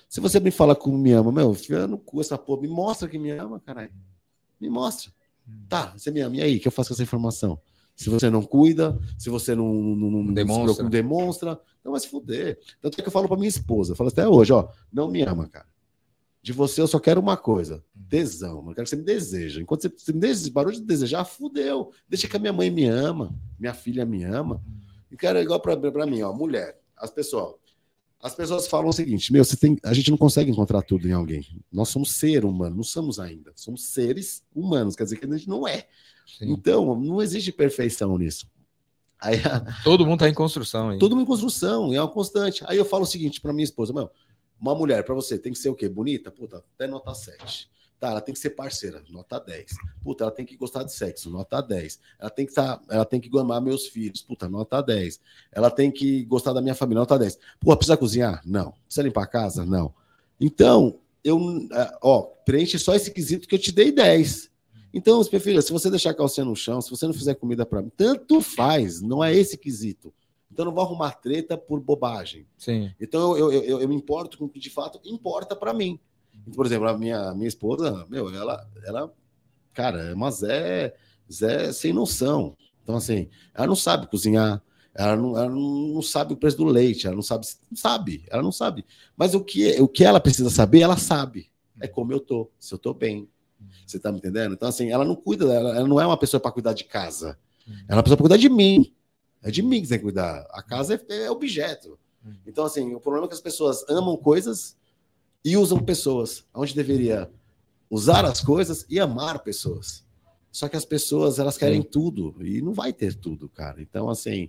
Se você me fala como me ama, meu, fica no cu essa porra, me mostra que me ama, caralho. Me mostra. Tá, você me ama, e aí, o que eu faço com essa informação? Se você não cuida, se você não, não, não, demonstra. não demonstra, então vai se fuder. Tanto é que eu falo pra minha esposa, eu falo até hoje, ó, não me ama, cara. De você eu só quero uma coisa, tesão. Eu quero que você me deseja. Enquanto você, você me deseja, parou de desejar, fudeu. Deixa que a minha mãe me ama, minha filha me ama. E, cara, é igual pra, pra mim, ó, mulher. As pessoas, as pessoas falam o seguinte, meu, você tem, a gente não consegue encontrar tudo em alguém. Nós somos ser humano, não somos ainda. Somos seres humanos, quer dizer que a gente não é. Sim. Então, não existe perfeição nisso. Aí, todo mundo tá em construção. Hein? Todo mundo em construção, é uma constante. Aí eu falo o seguinte pra minha esposa, meu, uma mulher, pra você, tem que ser o quê? Bonita? Puta, até nota sete. Tá, ela tem que ser parceira, nota dez. Puta, ela tem que gostar de sexo, nota dez. Ela tem que tá, ela tem que amar meus filhos, puta, nota dez. Ela tem que gostar da minha família, nota dez. Pô, precisa cozinhar? Não. Precisa limpar a casa? Não. Então, eu, ó, preenche só esse quesito que eu te dei dez. Então, minha filha, se você deixar a calcinha no chão, se você não fizer comida pra mim, tanto faz, não é esse quesito. Então, eu não vou arrumar treta por bobagem. Sim. Então, eu, eu, eu, eu me importo com o que, de fato, importa para mim. Por exemplo, a minha, minha esposa, meu, ela, ela, cara, é uma Zé, Zé sem noção. Então, assim, ela não sabe cozinhar, ela não, ela não sabe o preço do leite, ela não sabe, não sabe, ela não sabe. Mas o que, o que ela precisa saber, ela sabe. É como eu tô, se eu tô bem. Você tá me entendendo? Então, assim, ela não cuida, ela, ela não é uma pessoa para cuidar de casa. Ela é uma pessoa para cuidar de mim. É de mim que você tem que cuidar. A casa é, é objeto. Então, assim, o problema é que as pessoas amam coisas e usam pessoas. Onde deveria usar as coisas e amar pessoas. Só que as pessoas, elas querem Sim. tudo. E não vai ter tudo, cara. Então, assim,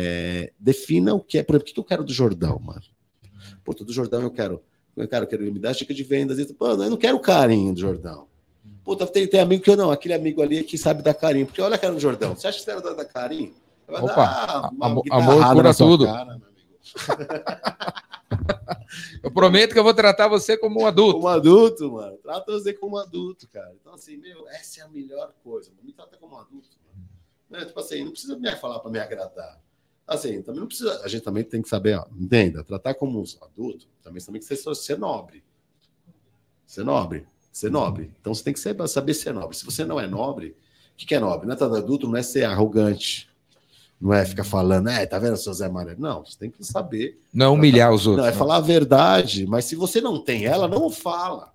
é, defina o que é. Por exemplo, o que eu quero do Jordão, mano? Pô, do Jordão eu quero... Eu quero, eu quero me dar dica de vendas. Pô, eu não quero carinho do Jordão. Puta, tem, tem amigo que eu não. Aquele amigo ali que sabe dar carinho. Porque olha a cara do Jordão. Você acha que você vai dar carinho? Vai Opa, dar uma amor, amor cura tudo. Cara, eu prometo que eu vou tratar você como um adulto. Como adulto, mano. Trata você como um adulto, cara. Então, assim, meu, essa é a melhor coisa. Me trata como um adulto, mano. Tipo assim, não precisa me falar para me agradar. Assim, também não precisa. A gente também tem que saber, ó, entenda, tratar como um adulto, também tem que ser, ser nobre. Ser nobre. Ser nobre. Então você tem que ser, saber ser nobre. Se você não é nobre, o que, que é nobre? Não é tratar adulto, não é ser arrogante. Não é ficar falando, é, tá vendo, seu Zé Maria? Não, você tem que saber. Não humilhar os outros. Não, é não. falar a verdade, mas se você não tem ela, não fala.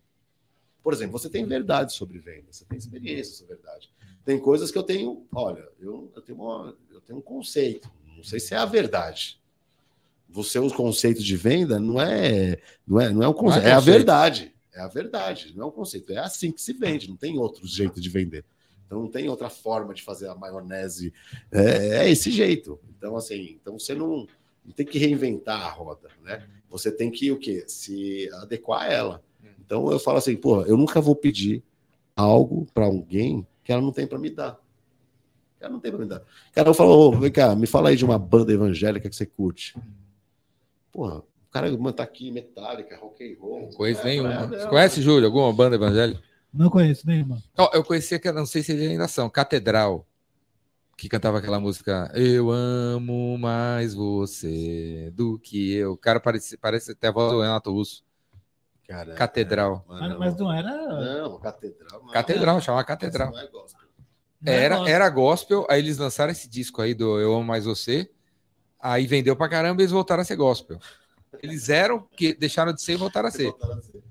Por exemplo, você tem verdade sobre venda, você tem experiência sobre verdade. Tem coisas que eu tenho, olha, eu, eu, tenho, uma, eu tenho um conceito, não sei se é a verdade. Você, o conceito de venda não é, não é, não é um conceito, é, é a verdade. É a verdade, não é um conceito. É assim que se vende, não tem outro jeito de vender. Então não tem outra forma de fazer a maionese. É, é esse jeito. Então, assim, então você não, não tem que reinventar a roda, né? Você tem que o quê? Se adequar a ela. Então eu falo assim, pô, eu nunca vou pedir algo para alguém que ela não tem para me dar. Ela não tem para me dar. Cara, eu falo, oh, vem cá, me fala aí de uma banda evangélica que você curte. Porra, o cara tá aqui, Metallica, rock and roll. Não conheço nenhuma. Você conhece, Júlio, alguma banda evangélica? Não conheço nenhuma. Oh, eu conhecia, que não sei se eles ainda são, Catedral, que cantava aquela música Eu amo mais você do que eu. O cara parece, parece até a voz do Renato Russo. Caramba, Catedral. É, mas, mas não era... Não, Catedral. Não Catedral, é. chamava Catedral. Não é gospel. Não era, é gospel. Era gospel, aí eles lançaram esse disco aí do Eu Amo Mais Você, aí vendeu pra caramba e eles voltaram a ser gospel. Eles eram, que deixaram de ser e voltaram a ser. Voltaram a ser.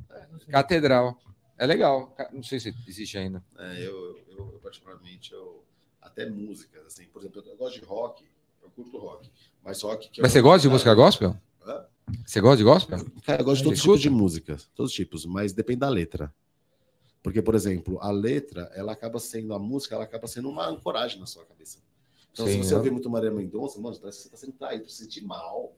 É, Catedral. É legal. Não sei se existe ainda. É, eu, eu, eu, particularmente, eu, até músicas, assim, por exemplo, eu gosto de rock, eu curto rock, mas rock... Que mas eu, você gosta de música gospel? Hã? Você gosta de gospel? Cara, eu gosto de todos os tipos de músicas, todos os tipos, mas depende da letra. Porque, por exemplo, a letra, ela acaba sendo, a música, ela acaba sendo uma ancoragem na sua cabeça. Então, Sim, se você é. ouvir muito Maria Mendonça, mano, parece que você tá sendo traído, você se sentir mal.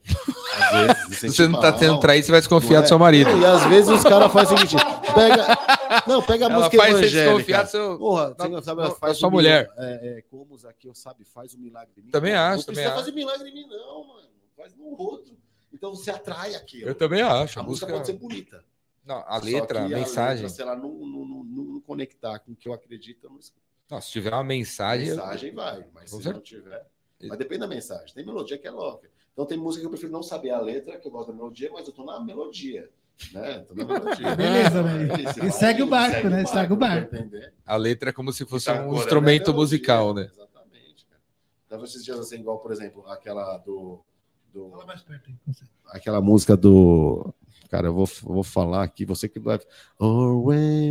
Às vezes, se você não mal, tá sendo traído, você vai desconfiar é? do seu marido. E às vezes os caras fazem o seguinte, pega... Não, pega a Ela música faz evangélica. Seu... Porra, você sabe, ela faz sua um mulher. Milagre, é, é, como aqui, eu sabe, faz um milagre em mim. Também acho, não também precisa acho. fazer milagre em mim, não, mano. Faz no outro. Então você atrai aquilo. Eu também acho. A, a música, música pode ser bonita. Não, a letra, a mensagem. A letra, se ela não, não, não, não conectar com o que eu acredito, eu não escuto. Não, se tiver uma mensagem. Mensagem vai, mas se certeza. não tiver. Mas depende da mensagem. Tem melodia que é louca. Então, Então tem música que eu prefiro não saber a letra, que eu gosto da melodia, mas eu tô na melodia. Né? Tô na melodia. Beleza, né? É, E segue o barco, né? Segue o barco. A letra é como se fosse Tá um instrumento melodia, musical, né? Exatamente, cara. Então esses dias assim, igual, por exemplo, aquela do... do... Fala mais perto aí. Aquela música do... Cara, eu vou, vou falar aqui, você que vai... Oh,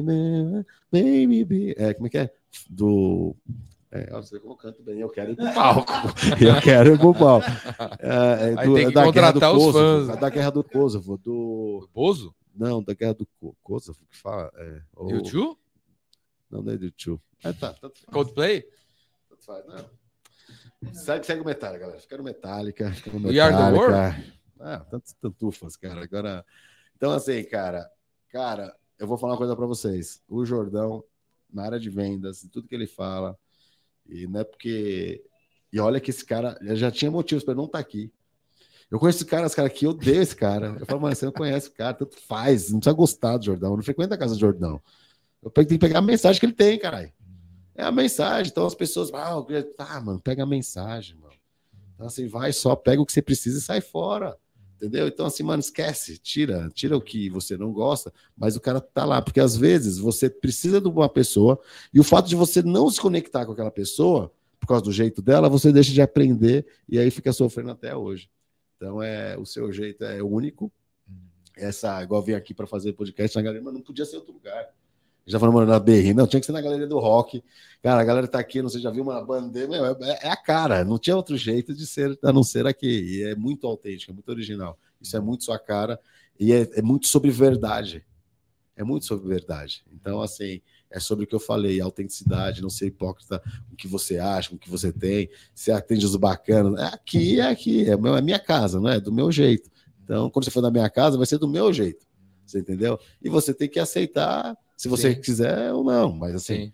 baby, é, como é que é? Do... É, você como eu canto bem, eu quero ir pro palco. Eu quero ir pro palco. É, é, do, tem que da contratar guerra do os Kosovo, fãs. Da guerra do Kosovo, do... Bozo? Não, da guerra do Kosovo, que fala... É, ou... U dois? Não, não é do U dois. É, tá, tanto faz. Coldplay? Tanto faz, não. Segue, segue o Metallica, galera. Fica no Metallica. Fica no We Are the Metallica. Ah, tantos tantufas, cara. Agora... Então, assim, cara... Cara, eu vou falar uma coisa pra vocês. O Jordão, na área de vendas, tudo que ele fala... E não é porque... E olha que esse cara... Já tinha motivos para não estar aqui. Eu conheço esse cara, esse cara aqui, eu odeio esse cara. Eu falo, mas você não conhece o cara, tanto faz. Não precisa gostar do Jordão. Eu não frequento a casa do Jordão. Eu tenho que pegar a mensagem que ele tem, caralho. É a mensagem. Então as pessoas... Ah, ah, mano, pega a mensagem, mano. Então assim, vai só, pega o que você precisa e sai fora. Entendeu? Então assim, mano, esquece. Tira, tira o que você não gosta, mas o cara tá lá. Porque às vezes você precisa de uma pessoa e o fato de você não se conectar com aquela pessoa, por causa do jeito dela, você deixa de aprender e aí fica sofrendo até hoje. Então, é, o seu jeito é único. Essa, igual eu vim aqui para fazer podcast na galeria, mas não podia ser outro lugar. Já falamos na B R, não, tinha que ser na galeria do rock. Cara, a galera tá aqui, não sei, já viu uma bandeira, meu, é, é a cara, não tinha outro jeito de ser, a não ser aqui. E é muito autêntico, é muito original. Isso é muito sua cara e é, é muito sobre verdade. É muito sobre verdade. Então, assim, é sobre o que eu falei, autenticidade, não ser hipócrita, o que você acha, o que você tem, se atende os bacanas. É aqui, é aqui, é, meu, é minha casa, não é? Do meu jeito. Então, quando você for na minha casa, vai ser do meu jeito. Você entendeu? E você tem que aceitar, se você Sim. quiser ou não. Mas, assim,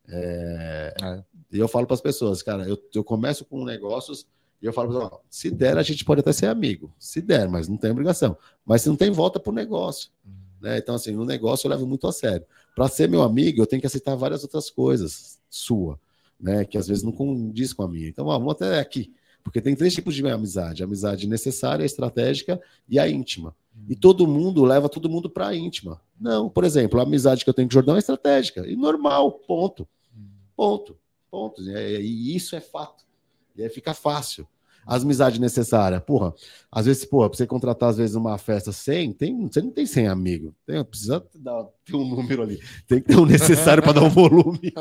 é... É. E eu falo para as pessoas, cara, eu, eu começo com negócios e eu falo para elas, se der, a gente pode até ser amigo. Se der, mas não tem obrigação. Mas se não tem, volta para o negócio. Né? Então, assim, no negócio eu levo muito a sério. Para ser meu amigo, eu tenho que aceitar várias outras coisas sua, né? Que às vezes não condiz com a minha. Então, ó, vamos até aqui. Porque tem três tipos de amizade: a amizade necessária, a estratégica e a íntima. E todo mundo leva todo mundo para a íntima. Não, por exemplo, a amizade que eu tenho com o Jordão é estratégica. E normal, ponto. Ponto. Ponto. E isso é fato. E aí fica fácil. As amizades necessárias, porra, às vezes, porra, pra você contratar, às vezes, uma festa cem, tem, você não tem cem amigos. Tem, precisa dar, ter um número ali. Tem que ter o um necessário para dar um volume.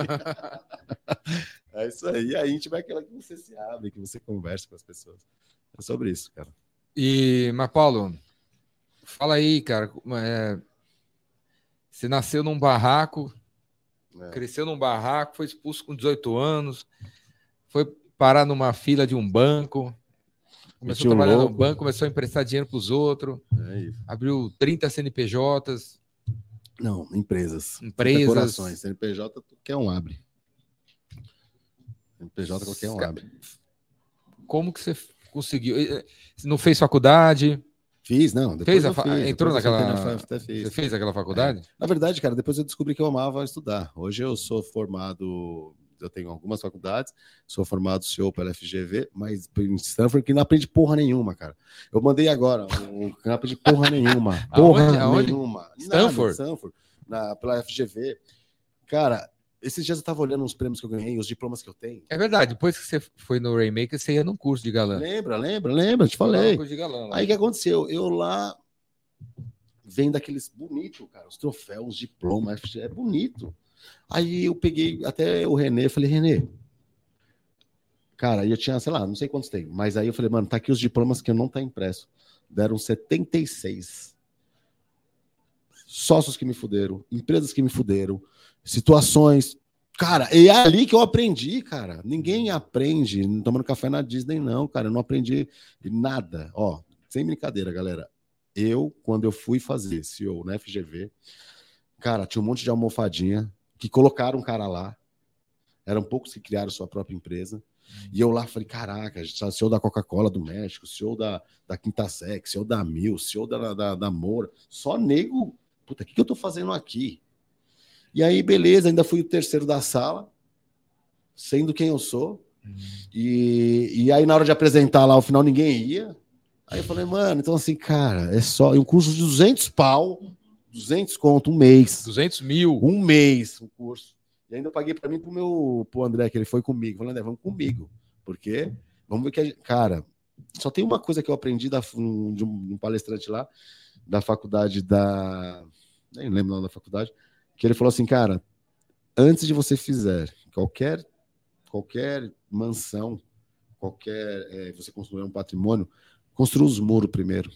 É isso aí. A íntima é aquela que você se abre, que você conversa com as pessoas. É sobre isso, cara. E, mas, Paulo, fala aí, cara. É, você nasceu num barraco, é. cresceu num barraco, foi expulso com dezoito anos, foi parar numa fila de um banco, começou a trabalhar louco. no banco, começou a emprestar dinheiro para os outros, é abriu trinta C N P Js. Não, empresas. Empresas. Corporações. C N P J qualquer um abre. C N P J qualquer um abre. Como que você conseguiu? Não fez faculdade? Fiz, não. Fez a fa... fiz, Entrou naquela... Na... Fiz. Você fez aquela faculdade? É. Na verdade, cara, depois eu descobri que eu amava estudar. Hoje eu sou formado... Eu tenho algumas faculdades, sou formado C E O pela F G V, mas em Stanford que não aprende porra nenhuma, cara. Eu mandei agora, um, que não aprende porra nenhuma. Porra Aonde? Aonde? nenhuma. Stanford? Nada, Stanford, na, pela F G V. Cara, esses dias eu tava olhando os prêmios que eu ganhei, os diplomas que eu tenho. É verdade, depois que você foi no Rainmaker, você ia num curso de galã. Lembra, lembra, lembra, te falei. Curso de galã, aí o que aconteceu? Eu lá, vendo aqueles bonitos, cara, os troféus, os diplomas, F G V, é bonito. Aí eu peguei até o Renê, falei, Renê, cara, aí eu tinha, sei lá, não sei quantos tem, mas aí eu falei, mano, tá aqui os diplomas que não tá impresso. Deram setenta e seis. Sócios que me fuderam, empresas que me fuderam, situações. Cara, e é ali que eu aprendi, cara. Ninguém aprende tomando café na Disney, não, cara. Eu não aprendi nada. Ó, sem brincadeira, galera. Eu, quando eu fui fazer C E O na F G V, cara, tinha um monte de almofadinha que colocaram um cara lá. Eram poucos que criaram sua própria empresa. E eu lá falei, caraca, C E O da Coca-Cola do México, C E O da, da Quinta Sec, C E O da Mil, C E O da, da, da Moura. Só nego, puta, o que, que eu tô fazendo aqui? E aí, beleza, ainda fui o terceiro da sala, sendo quem eu sou. Uhum. E, e aí, na hora de apresentar lá, ao final, ninguém ia. Aí eu falei, mano, então assim, cara, é só um curso de duzentos pau, duzentos conto, um mês. duzentos mil. Um mês, um curso. E ainda eu paguei para mim pro meu, pro André, que ele foi comigo. Falei, André, vamos comigo. Porque, vamos ver que, a gente, cara, só tem uma coisa que eu aprendi da, de um, um palestrante lá, da faculdade da... Nem lembro o nome da faculdade. Que ele falou assim, cara, antes de você fizer qualquer, qualquer mansão, qualquer... É, você construir um patrimônio, construa os muros primeiro.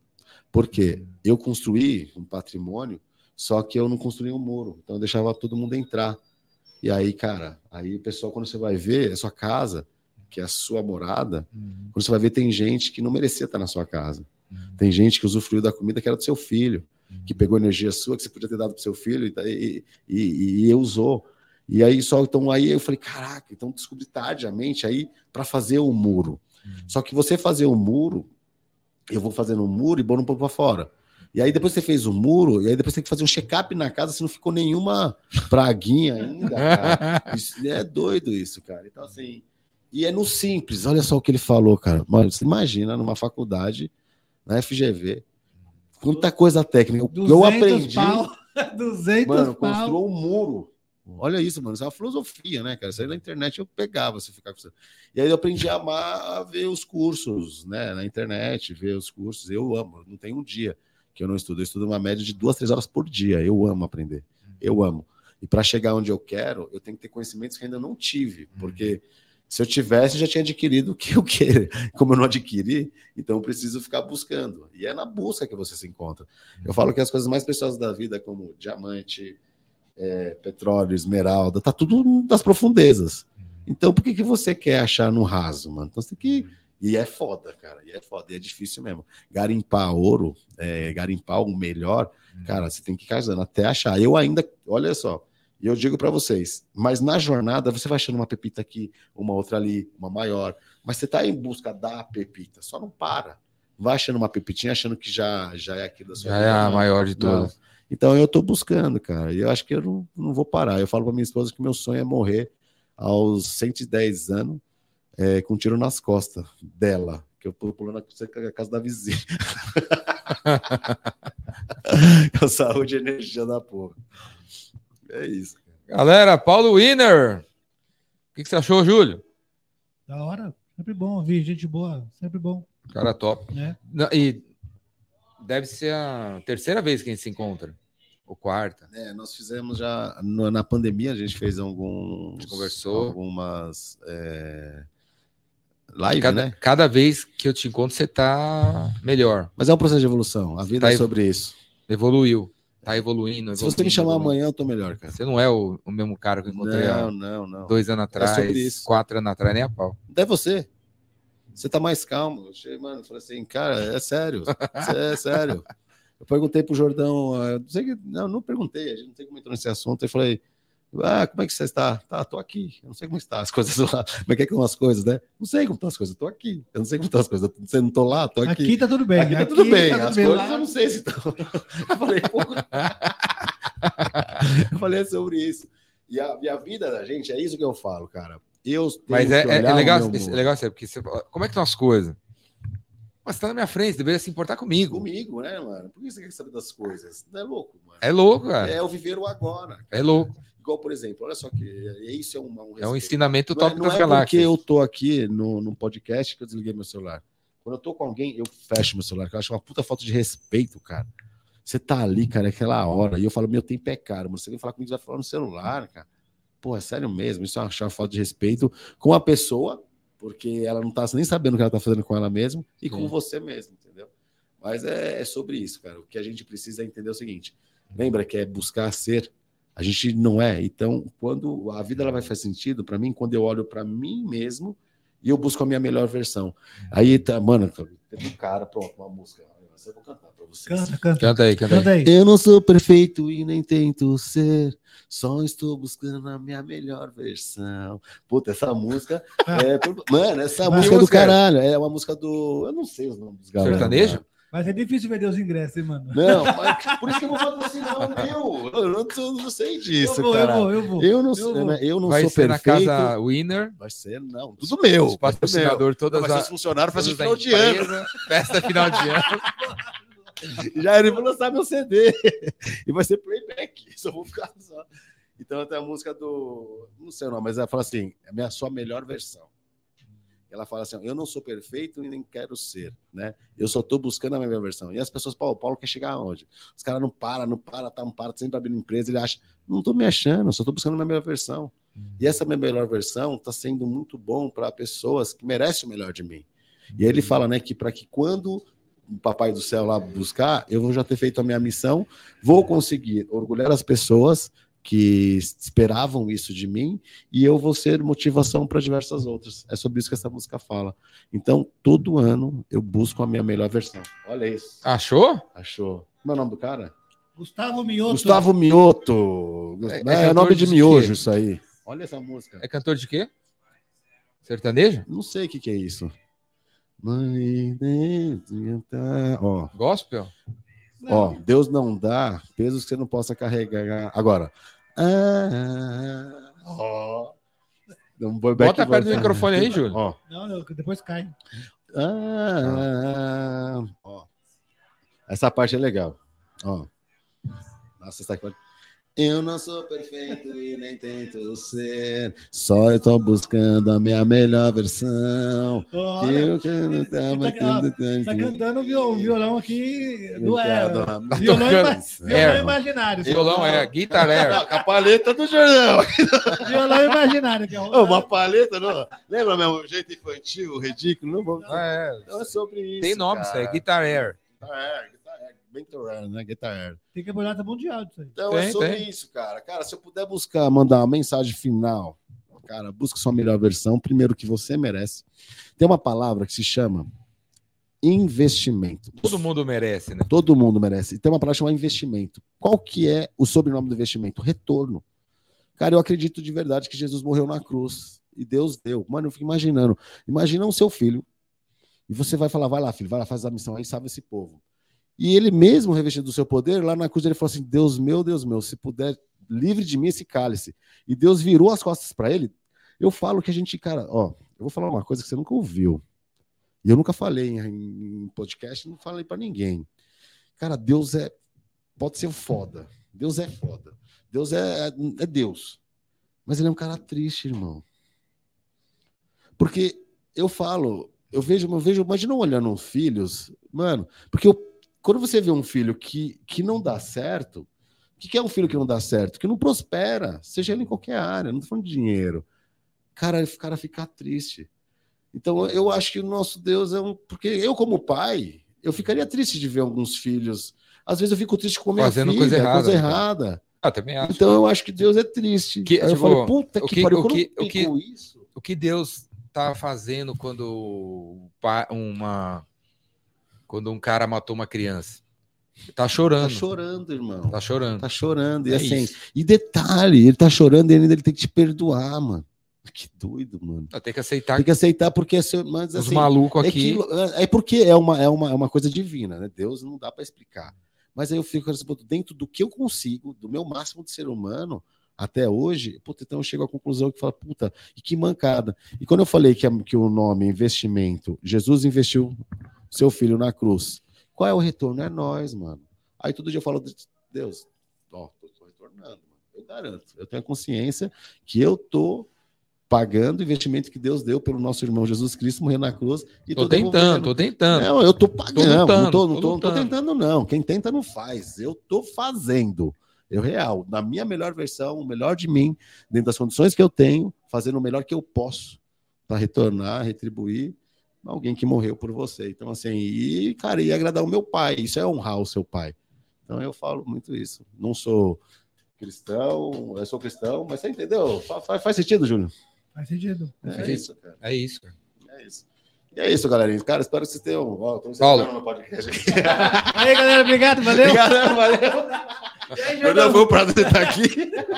Porque eu construí um patrimônio, só que eu não construí um muro. Então eu deixava todo mundo entrar. E aí, cara, aí o pessoal, quando você vai ver, a sua casa, que é a sua morada, uhum. quando você vai ver, tem gente que não merecia estar na sua casa. Uhum. Tem gente que usufruiu da comida que era do seu filho, uhum. que pegou energia sua, que você podia ter dado pro seu filho e, e, e, e usou. E aí, só, então aí eu falei, caraca, então descobri tardiamente aí para fazer o muro. Uhum. Só que você fazer o muro, eu vou fazendo um muro e bom um pouco para fora. E aí depois você fez o muro, e aí depois tem que fazer um check-up na casa, se não ficou nenhuma praguinha ainda, cara. Isso, é doido isso, cara. Então, assim, e é no simples, olha só o que ele falou, cara. Mano, você imagina numa faculdade, na F G V, quanta coisa técnica. Eu aprendi. Pau, duzentos mano, pau. construiu um muro. Olha isso, mano. Isso é uma filosofia, né, cara? Isso aí na internet eu pegava, você ficar com você. E aí eu aprendi a amar a ver os cursos, né, na internet, ver os cursos. Eu amo, não tem um dia que eu não estudo. Eu estudo uma média de duas, três horas por dia. Eu amo aprender. Eu amo. E para chegar onde eu quero, eu tenho que ter conhecimentos que ainda não tive. Porque se eu tivesse, eu já tinha adquirido o que eu quero. Como eu não adquiri, então eu preciso ficar buscando. E é na busca que você se encontra. Eu falo que as coisas mais preciosas da vida, como diamante, é, petróleo, esmeralda, tá tudo das profundezas. Então por que, que você quer achar no raso, mano? Então você tem que... E é foda, cara, e é foda, e é difícil mesmo. Garimpar ouro, é, garimpar o melhor, cara, você tem que ir casando até achar. Eu ainda, olha só, e eu digo pra vocês, mas na jornada você vai achando uma pepita aqui, uma outra ali, uma maior, mas você tá em busca da pepita, só não para. Vai achando uma pepitinha, achando que já, já é aquilo da sua Já vida, é a não. maior de todas. Não. Então eu tô buscando, cara, e eu acho que eu não, não vou parar. Eu falo pra minha esposa que meu sonho é morrer aos cento e dez anos, É, com um tiro nas costas dela, que eu tô pulando a casa da vizinha. Com saúde e energia da porra. É isso. Galera, Paulo Winner. O que, que você achou, Júlio? Da hora. Sempre bom ouvir, gente boa. Sempre bom. Cara top. É. E deve ser a terceira vez que a gente se encontra. Ou quarta. É, nós fizemos já... Na pandemia, a gente fez alguns... A gente conversou. Algumas... É... Live, cada, né? Cada vez que eu te encontro, você tá melhor. Mas é um processo de evolução. A vida tá é sobre ev... isso. Evoluiu. Tá evoluindo, evoluindo. Se você me chamar evoluindo. amanhã, eu tô melhor, cara. Você não é o, o mesmo cara que eu encontrei não, há não, não. dois anos atrás, é sobre isso. quatro anos atrás, nem a pau. Até você. Você tá mais calmo. Eu cheguei, mano, eu falei assim, cara, é sério. É sério. Eu perguntei pro Jordão, não sei que, não, não perguntei, a gente não sei como entrou nesse assunto. Eu falei, ah, como é que você está? Tá, tô aqui. Eu não sei como está as coisas lá. Como é que estão as coisas, né? Não sei como estão as coisas, tô aqui. Eu não sei como estão as coisas. Você não tô lá, tô aqui. Aqui tá tudo bem. Aqui tá aqui tudo bem. Tá as tudo coisas bem, eu não sei se estão. Eu falei, pô. Eu falei sobre isso. E a, e a vida da gente, é isso que eu falo, cara. Eu Mas é, é, é legal, é legal sabe, porque você fala, como é que estão as coisas? Mas você tá na minha frente, deveria se importar comigo. Comigo, né, mano? Por que você quer saber das coisas? Não é louco, mano. É louco, cara. É o viver o agora. Cara. É louco. Igual, por exemplo, olha só que isso é uma, um é um ensinamento top não é, das não galáxias. É porque eu tô aqui no, no podcast que eu desliguei meu celular. Quando eu tô com alguém, eu fecho meu celular, que eu acho uma puta falta de respeito, cara. Você tá ali, cara, é aquela hora, e eu falo, meu tempo é caro, mas você vem falar comigo, você vai falar no celular, cara. Pô, é sério mesmo, isso é uma falta de respeito com a pessoa, porque ela não tá nem sabendo o que ela tá fazendo com ela mesma, e Sim. com você mesmo, entendeu? Mas é, é sobre isso, cara. O que a gente precisa é entender o seguinte, lembra que é buscar ser, a gente não é. Então, quando a vida ela vai fazer sentido, para mim, quando eu olho para mim mesmo e eu busco a minha melhor versão. Aí, tá, mano, tem um cara, pronto, uma música. Eu vou cantar pra vocês. Canta, canta. Canta aí, canta, canta aí. aí. Eu não sou perfeito e nem tento ser, só estou buscando a minha melhor versão. Puta, essa música é... Mano, essa música é do caralho. É uma música do... Eu não sei os nomes dos galera. Sertanejo? Mas é difícil vender os ingressos, hein, mano? Não, mas por isso que eu vou patrocinar o meu. Eu não, eu não sei disso, eu vou, cara. Eu vou, eu vou. Eu não, eu sou, vou. né? eu não Vai sou ser perfeito. na casa Winner. Vai ser, não. Tudo meu. Os patrocinadores, todas vai ser as... os funcionários fazem todas final a de ano. empresa, festa final de ano. Já ele vai lançar meu C D. E vai ser playback. Só vou ficar só. Então tem a música do... Não sei o nome, mas ela fala assim, é a minha, sua melhor versão. Ela fala assim, eu não sou perfeito e nem quero ser, né? Eu só estou buscando a minha melhor versão. E as pessoas, Paulo, Paulo quer chegar aonde? Os caras não param, não param, tá, não param, sempre abrindo empresa, ele acha, não estou me achando, só estou buscando a minha melhor versão. E essa minha melhor versão está sendo muito bom para pessoas que merecem o melhor de mim. E aí ele fala, né, que para que quando o Papai do Céu lá buscar, eu vou já ter feito a minha missão, vou conseguir orgulhar as pessoas que esperavam isso de mim, e eu vou ser motivação para diversas outras. É sobre isso que essa música fala. Então, todo ano, eu busco a minha melhor versão. Olha isso. Achou? Achou. Como é o nome do cara? Gustavo Mioto. Gustavo Mioto. É, é, é nome de miojo isso aí. Olha essa música. É cantor de quê? Sertanejo? Não sei o que, que é isso. Ó. Gospel? Ó, Deus não dá pesos que você não possa carregar. Agora. Ah, ó. Bota perto do microfone aí, Júlio. Ó. Não, não, depois cai. Ah, ó. Essa parte é legal. Ó. Nossa, essa aqui. Eu não sou perfeito e nem tento ser, só eu tô buscando a minha melhor versão. Olha, eu que não tava tá, tá cantando o violão aqui do Air. Tá Violão, ima violão Air. imaginário. Violão é Guitar Air. Com a paleta do Jordão. Violão imaginário. Que é oh, uma paleta, não? Lembra mesmo? Jeito infantil, ridículo? Não vou... É, não é sobre isso. tem nome, isso aí, Guitar Air. Guitar Air, Guitar Air. Bem torrado, né? Guitar Air. Tem campeonato mundial disso aí. Então tem, é sobre tem. isso, cara. Cara, se eu puder buscar, mandar uma mensagem final, cara, busque sua melhor versão, primeiro que você merece. Tem uma palavra que se chama investimento. Todo mundo merece, né? Todo mundo merece. E tem uma palavra chamada investimento. Qual que é o sobrenome do investimento? Retorno. Cara, eu acredito de verdade que Jesus morreu na cruz e Deus deu. Mano, eu fico imaginando. Imagina o seu filho e você vai falar, vai lá, filho, vai lá, faz a missão aí, salva esse povo. E ele mesmo, revestido do seu poder, lá na cruz ele falou assim, Deus meu, Deus meu, se puder, livre de mim esse cálice. E Deus virou as costas para ele. Eu falo que a gente, cara, ó, eu vou falar uma coisa que você nunca ouviu. E eu nunca falei em, em podcast, não falei para ninguém. Cara, Deus é, pode ser foda. Deus é foda. Deus é, é Deus. Mas ele é um cara triste, irmão. Porque eu falo, eu vejo, eu vejo, imagina olhando os filhos, mano, porque eu quando você vê um filho que, que não dá certo, o que, que é um filho que não dá certo? Que não prospera, seja ele em qualquer área, não tô falando de dinheiro. Cara, o cara fica triste. Então, eu acho que o nosso Deus é um... Porque eu, como pai, eu ficaria triste de ver alguns filhos. Às vezes eu fico triste com a minha fazendo filha, coisa errada. Coisa errada. Ah, também acho. Então, eu acho que Deus é triste. Que, Aí eu tipo, falo, puta que, que pariu, o quando que, eu o que, isso... o que Deus tá fazendo quando uma... Quando um cara matou uma criança. Tá chorando. Tá chorando, irmão. Tá chorando. Tá chorando. E É assim, isso. e detalhe, ele tá chorando e ainda ele tem que te perdoar, mano. Que doido, mano. Tem que aceitar. Tem que aceitar porque é seu, mas, Os assim, malucos é, aqui. que, é porque é uma, é, uma, é uma coisa divina, né? Deus não dá para explicar. Mas aí eu fico dentro do que eu consigo, do meu máximo de ser humano, até hoje, puta, então eu chego à conclusão que fala, puta, e que mancada. E quando eu falei que, que o nome investimento, Jesus investiu seu filho na cruz. Qual é o retorno? É nós, mano. Aí todo dia eu falo, Deus, ó, tô, tô retornando, mano. Eu garanto. Eu tenho a consciência que eu tô pagando o investimento que Deus deu pelo nosso irmão Jesus Cristo morrer na cruz. E tô, tô tentando, tô tentando. Não, eu tô pagando. Tô lutando, não tô, não tô, tô, não tô tentando, não. Quem tenta não faz. Eu tô fazendo. Eu real, na minha melhor versão, o melhor de mim, dentro das condições que eu tenho, fazendo o melhor que eu posso para retornar, retribuir alguém que morreu por você. Então, assim, e, cara, ia agradar o meu pai. Isso é honrar o seu pai. Então, eu falo muito isso. Não sou cristão, eu sou cristão, mas você entendeu? Faz, faz sentido, Júlio? Faz sentido. É, é isso, cara. É isso, cara. É isso. E é isso, galerinha. Cara, espero que vocês tenham... Ó, Paulo. No podcast aqui. Aí, galera, obrigado, valeu. Obrigado, valeu. E aí, Eu não vou para estar aqui.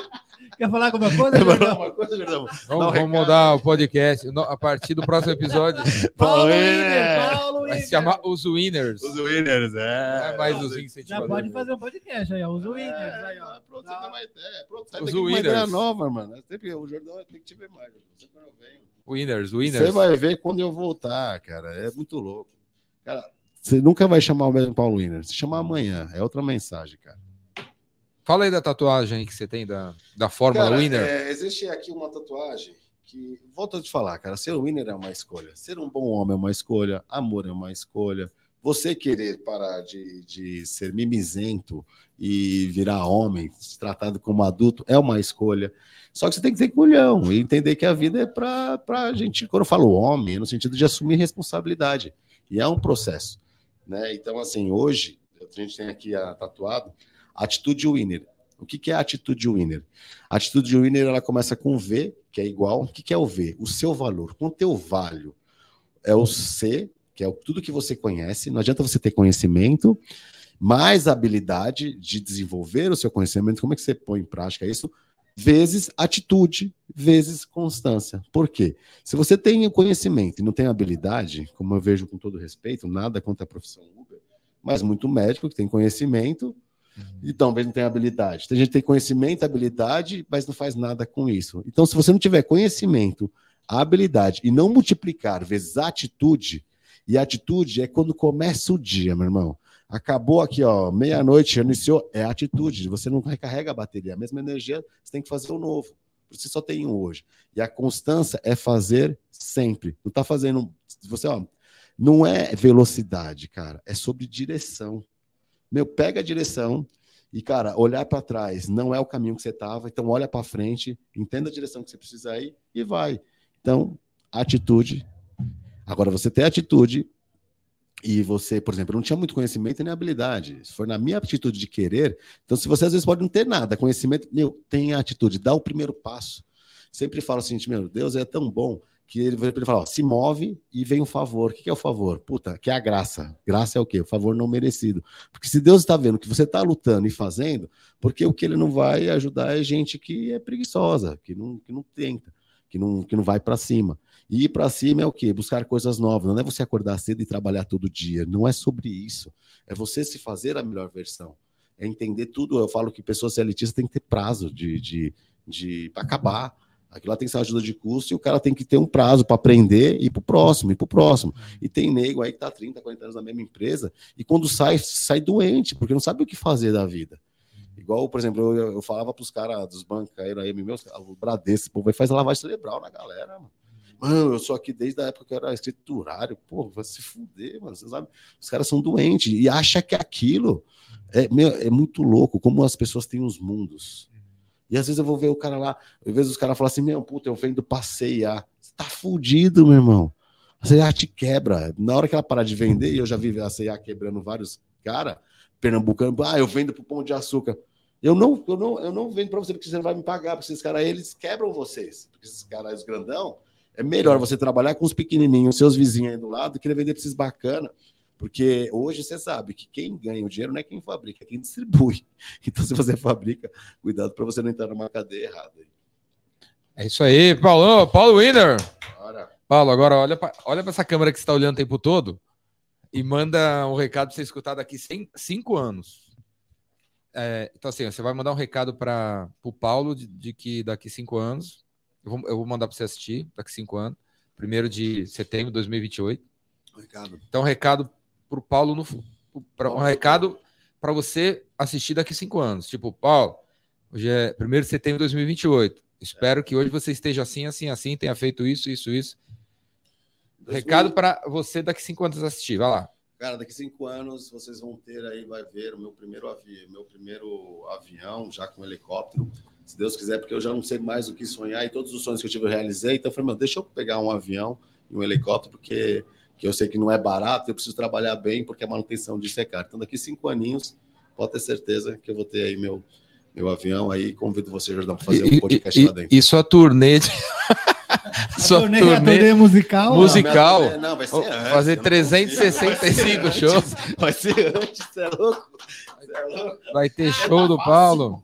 Quer falar alguma coisa, Jordão? Uma coisa, Jordão. Vamos, vamos mudar o podcast. A partir do próximo episódio. Paulo Winner, Paulo Vai Winner. se chamar Os Winners. Os winners, Não é. é mais os Já incentivadores. pode fazer um podcast aí, ó. Os Winners. Aí, ó. Pronto, você tem uma ideia. Pronto, sai Os daqui com uma winners. ideia nova, mano. Sempre, o Jordão tem que te ver mais. Sempre eu venho. Winners, Winners. Você vai ver quando eu voltar, cara. É muito louco. Cara, você nunca vai chamar o mesmo Paulo Winner. Se chamar amanhã, é outra mensagem, cara. Fala aí da tatuagem que você tem da, da Fórmula Cara, Winner. é, existe aqui uma tatuagem que, volto a te falar, cara, ser um winner é uma escolha. Ser um bom homem é uma escolha. Amor é uma escolha. Você querer parar de, de ser mimizento e virar homem, tratado como adulto, é uma escolha. Só que você tem que ter culhão e entender que a vida é pra, pra gente, quando eu falo homem, é no sentido de assumir responsabilidade. E é um processo, né? Então, assim, hoje, a gente tem aqui a, tatuado atitude winner. O que, que é a atitude winner? A atitude winner, ela começa com V, que é igual. O que, que é o V? O seu valor. Com o teu valor é o C, que é tudo que você conhece. Não adianta você ter conhecimento, mais habilidade de desenvolver o seu conhecimento. Como é que você põe em prática isso? Vezes atitude, vezes constância. Por quê? Se você tem conhecimento e não tem habilidade, como eu vejo com todo respeito, nada contra a profissão Uber, mas muito médico que tem conhecimento e talvez não tem habilidade. Tem gente que tem conhecimento, habilidade, mas não faz nada com isso. Então, se você não tiver conhecimento, habilidade e não multiplicar vezes atitude, e atitude é quando começa o dia, meu irmão. Acabou aqui, ó, meia-noite, iniciou, é atitude. Você não recarrega a bateria, a mesma energia, você tem que fazer o novo. Você só tem um hoje. E a constância é fazer sempre. Não tá fazendo, você, ó, não é velocidade, cara, é sobre direção. Meu, pega a direção e, cara, olhar para trás não é o caminho que você tava, então olha para frente, entenda a direção que você precisa ir e vai. Então, atitude. Agora, você tem atitude e você, por exemplo, não tinha muito conhecimento nem habilidade. Se for na minha atitude de querer, então se você às vezes pode não ter nada, conhecimento, meu, tem a atitude, dá o primeiro passo. Sempre falo assim, meu, Deus é tão bom que ele vai falar, ó, se move e vem o favor. O que é o favor? Puta, que é a graça. Graça é o quê? O favor não merecido. Porque se Deus está vendo que você está lutando e fazendo, porque o que ele não vai ajudar é gente que é preguiçosa, que não, que não tenta, que não, que não vai para cima. E ir para cima é o quê? Buscar coisas novas. Não é você acordar cedo e trabalhar todo dia. Não é sobre isso. É você se fazer a melhor versão. É entender tudo. Eu falo que pessoas elitistas têm que ter prazo de, de, de, para acabar. Aquilo lá tem que ser uma ajuda de custo e o cara tem que ter um prazo para aprender e ir pro próximo, ir pro próximo. E tem nego aí que tá trinta, quarenta anos na mesma empresa e quando sai, sai doente, porque não sabe o que fazer da vida. Igual, por exemplo, eu, eu falava pros caras dos bancos aí, aí meus, o Bradesco, pô, vai fazer lavagem cerebral na galera, mano. Mano, eu sou aqui desde a época que eu era escriturário, pô, vai se fuder, mano, você sabe? Os caras são doentes e acham que aquilo é, meu, é muito louco, como as pessoas têm os mundos. E às vezes eu vou ver o cara lá, às vezes os caras falam assim, meu, puta, eu vendo pra C e A. Você tá fudido, meu irmão. A C e A te quebra. Na hora que ela parar de vender, e eu já vi a C e A quebrando vários caras, pernambucano, ah, eu vendo pro Pão de Açúcar. Eu não, eu não, eu não vendo pra você porque você não vai me pagar, porque esses caras, eles quebram vocês. Porque esses caras, os grandão, é melhor você trabalhar com os pequenininhos, seus vizinhos aí do lado, que ele vender pra esses bacana. Porque hoje você sabe que quem ganha o dinheiro não é quem fabrica, é quem distribui. Então, se você fabrica, cuidado para você não entrar numa cadeia errada. É isso aí, Paulo, Paulo Winner. Bora. Paulo, agora olha para olha essa câmera que você está olhando o tempo todo e manda um recado para você escutar daqui cinco anos. É, então, assim, você vai mandar um recado para o Paulo de, de que daqui cinco anos, eu vou, eu vou mandar para você assistir daqui cinco anos, primeiro de setembro de dois mil e vinte e oito. Recado. Então, recado para o Paulo, no, pra, um recado para você assistir daqui cinco anos. Tipo, Paulo, hoje é primeiro de setembro de dois mil e vinte e oito. Espero que hoje você esteja assim, assim, assim, tenha feito isso, isso, isso. Recado para você daqui cinco anos assistir, vai lá. Cara, daqui cinco anos vocês vão ter aí, vai ver o meu primeiro avião, meu primeiro avião, já com helicóptero, se Deus quiser, porque eu já não sei mais o que sonhar e todos os sonhos que eu tive eu realizei. Então eu falei, meu, deixa eu pegar um avião e um helicóptero, porque que eu sei que não é barato, eu preciso trabalhar bem, porque a manutenção disso é cara. Então, daqui cinco aninhos, pode ter certeza que eu vou ter aí meu, meu avião aí. Convido você, Jordão, para fazer um podcast e, lá dentro. E sua turnê de... sua turnê, turnê, turnê musical? Musical. Não, não, vai ser antes. Fazer trezentos e sessenta e cinco shows. Vai ser antes, você é louco? Você é louco? Vai ter show do Paulo.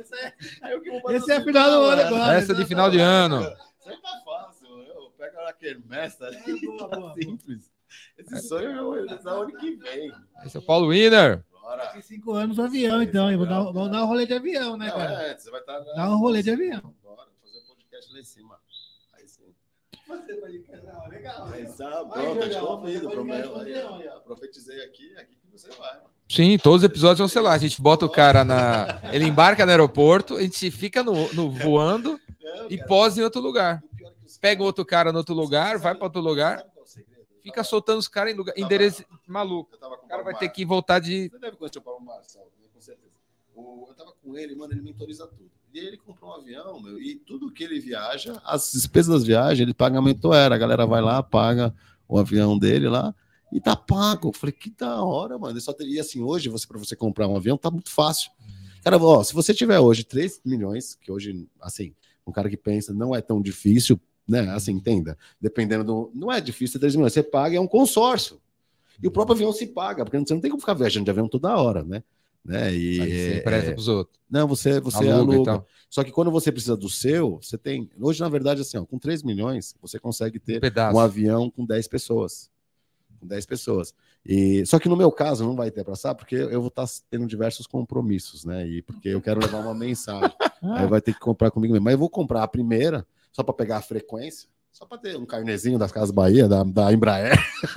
Essa é, Aí eu que vou esse é a final do ano agora. Essa de final de ano. Isso aí tá fácil. Eu pego a quermesse, É, boa, boa, simples. Esse sonho eu vou realizar ano que vem. Esse é o Paulo Winner. Bora. Daqui cinco anos no avião, então. Vou dar, vou dar um rolê de avião, né, Não, cara? é, você vai estar... Dá um rolê de avião. Bora, fazer um podcast lá em cima. Aí sim. Você vai legal, legal. Aí sabe, pronto, eu te convido pro meu. Aí, ó, profetizei aqui, aqui que você vai, mano. Sim, todos os episódios vão ser lá. A gente bota o cara na. Ele embarca no aeroporto, a gente fica no, no voando e posa em outro lugar. Pega outro cara no outro lugar, vai para outro lugar, fica soltando os caras em lugar. Endereço maluco. O cara vai ter que voltar de. Você deve conhecer o Paulo Marçal, com certeza. Eu tava com ele, mano, ele mentoriza tudo. E ele comprou um avião, meu, e tudo que ele viaja, as despesas das viagens, ele paga a mentoera. A galera vai lá, paga o avião dele lá. E tá pago. Eu falei, que da hora, mano. Eu só teria assim, hoje, você, para você comprar um avião, tá muito fácil. Cara, ó, se você tiver hoje três milhões, que hoje, assim, um cara que pensa, não é tão difícil, né? Assim, entenda. Dependendo do. Não é difícil ter três milhões. Você paga, é um consórcio. E o próprio avião se paga, porque você não tem como ficar viajando de avião toda hora, né? né? E, Aí você empresta é, pros outros. Não, você, você Aluga, aluga. então. Só que quando você precisa do seu, você tem. Hoje, na verdade, assim, ó, com três milhões, você consegue ter Um pedaço. um avião com dez pessoas. Com dez pessoas. E, só que no meu caso não vai ter para passar, porque eu vou estar tendo diversos compromissos, né? E porque eu quero levar uma mensagem. Aí vai ter que comprar comigo mesmo. Mas eu vou comprar a primeira, só para pegar a frequência, só para ter um carnezinho das Casas Bahia, da, da Embraer.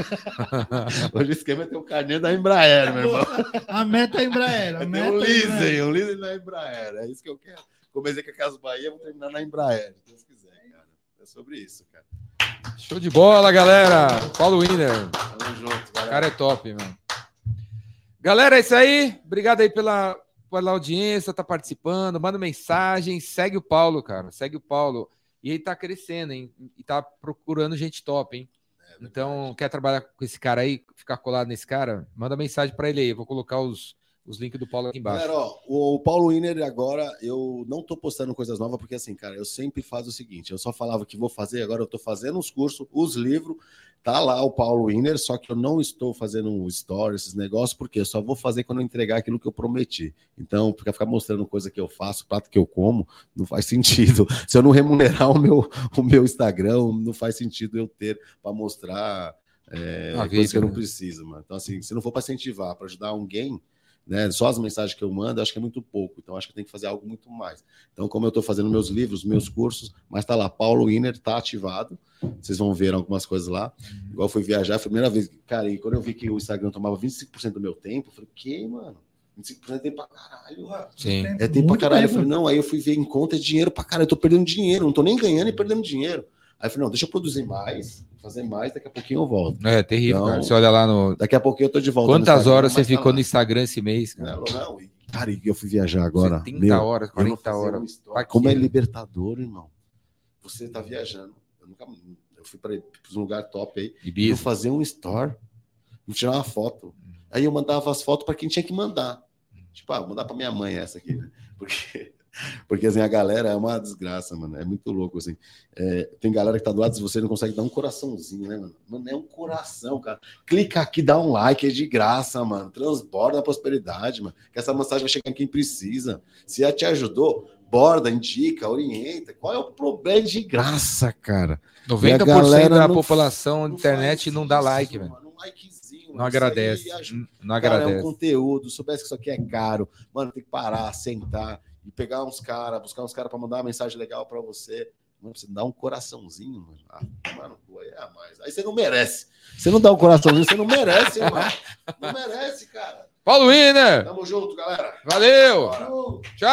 Hoje o esquema é ter um carnê da Embraer, meu irmão. A meta é Embraer. A Eu meta tenho um é Embraer. leasing, um leasing na Embraer. É isso que eu quero. Comecei com a Casas Bahia, vou terminar na Embraer, se Deus quiser, cara. É sobre isso, cara. Show de bola, galera. Paulo Winner. Tamo junto, O galera. cara é top, mano. Galera, é isso aí. Obrigado aí pela, pela audiência, tá participando. Manda mensagem. Segue o Paulo, cara. Segue o Paulo. E ele tá crescendo, hein? E tá procurando gente top, hein? É Então, quer trabalhar com esse cara aí, ficar colado nesse cara? Manda mensagem pra ele aí. Eu vou colocar os, os links do Paulo aqui embaixo. Galera, ó, o Paulo Winner agora, eu não tô postando coisas novas, porque assim, cara, eu sempre faço o seguinte, eu só falava que vou fazer, agora eu tô fazendo os cursos, os livros, tá lá o Paulo Winner, só que eu não estou fazendo um story, esses negócios, porque eu só vou fazer quando eu entregar aquilo que eu prometi. Então, porque ficar mostrando coisa que eu faço, prato que eu como, não faz sentido. Se eu não remunerar o meu, o meu Instagram, não faz sentido eu ter para mostrar é, Uma coisa vida, que eu não né? preciso, mano. Então, assim, se não for para incentivar, para ajudar alguém, né, só as mensagens que eu mando, eu acho que é muito pouco. Então, acho que tem que fazer algo muito mais. Então, como eu estou fazendo meus livros, meus cursos, mas tá lá, Paulo Winner tá ativado. Vocês vão ver algumas coisas lá. Igual eu fui viajar, foi a primeira vez. Cara, e quando eu vi que o Instagram tomava vinte e cinco por cento do meu tempo, eu falei, que, mano? vinte e cinco por cento é tempo pra caralho. Sim. É tempo pra Muito caralho. Eu tempo. falei, não, aí eu fui ver em conta, é dinheiro pra caralho. Eu tô perdendo dinheiro, não tô nem ganhando e perdendo dinheiro. Aí eu falei, não, deixa eu produzir mais, fazer mais, daqui a pouquinho eu volto. É terrível, Então, cara. Você olha lá no. Daqui a pouquinho eu tô de volta. no Quantas Instagram, horas você mas tá ficou lá. no Instagram esse mês, cara? Não, não. E, cara, e eu fui viajar agora. setenta meu, horas, eu vou quarenta fazer horas. um story. Pra Como quê? é libertador, irmão. Você tá viajando. Eu, nunca, eu fui para um lugar top aí. Vou Ibiza. fazer um story. Vou tirar uma foto. Aí eu mandava as fotos para quem tinha que mandar. Tipo, ah, vou mandar para minha mãe essa aqui, né? Porque, porque assim, a galera é uma desgraça, mano. É muito louco, assim. É, tem galera que tá do lado de você e não consegue dar um coraçãozinho, né, mano? Mano, é um coração, cara. Clica aqui, dá um like, é de graça, mano. Transborda a prosperidade, mano. Que essa mensagem vai chegar em quem precisa. Se ela te ajudou, borda, indica, orienta. Qual é o problema? É de graça, cara. noventa E a por cento galera da não- população Não internet faz não dá isso, like, velho. mano. Um likezinho. Não mano. agradece. Isso aí ajuda. Não Cara, é um agradece. conteúdo. Soubesse que isso aqui é caro, mano, tem que parar, sentar e pegar uns caras, buscar uns caras para mandar uma mensagem legal para você. Mano, você dá um coraçãozinho, mano. Ah, mano, pô, aí é a mais. Aí você não merece. Você não dá um coraçãozinho, você não merece, mano. Não merece, cara. Paulo Winner! Tamo junto, galera. Valeu! Bora. Tchau!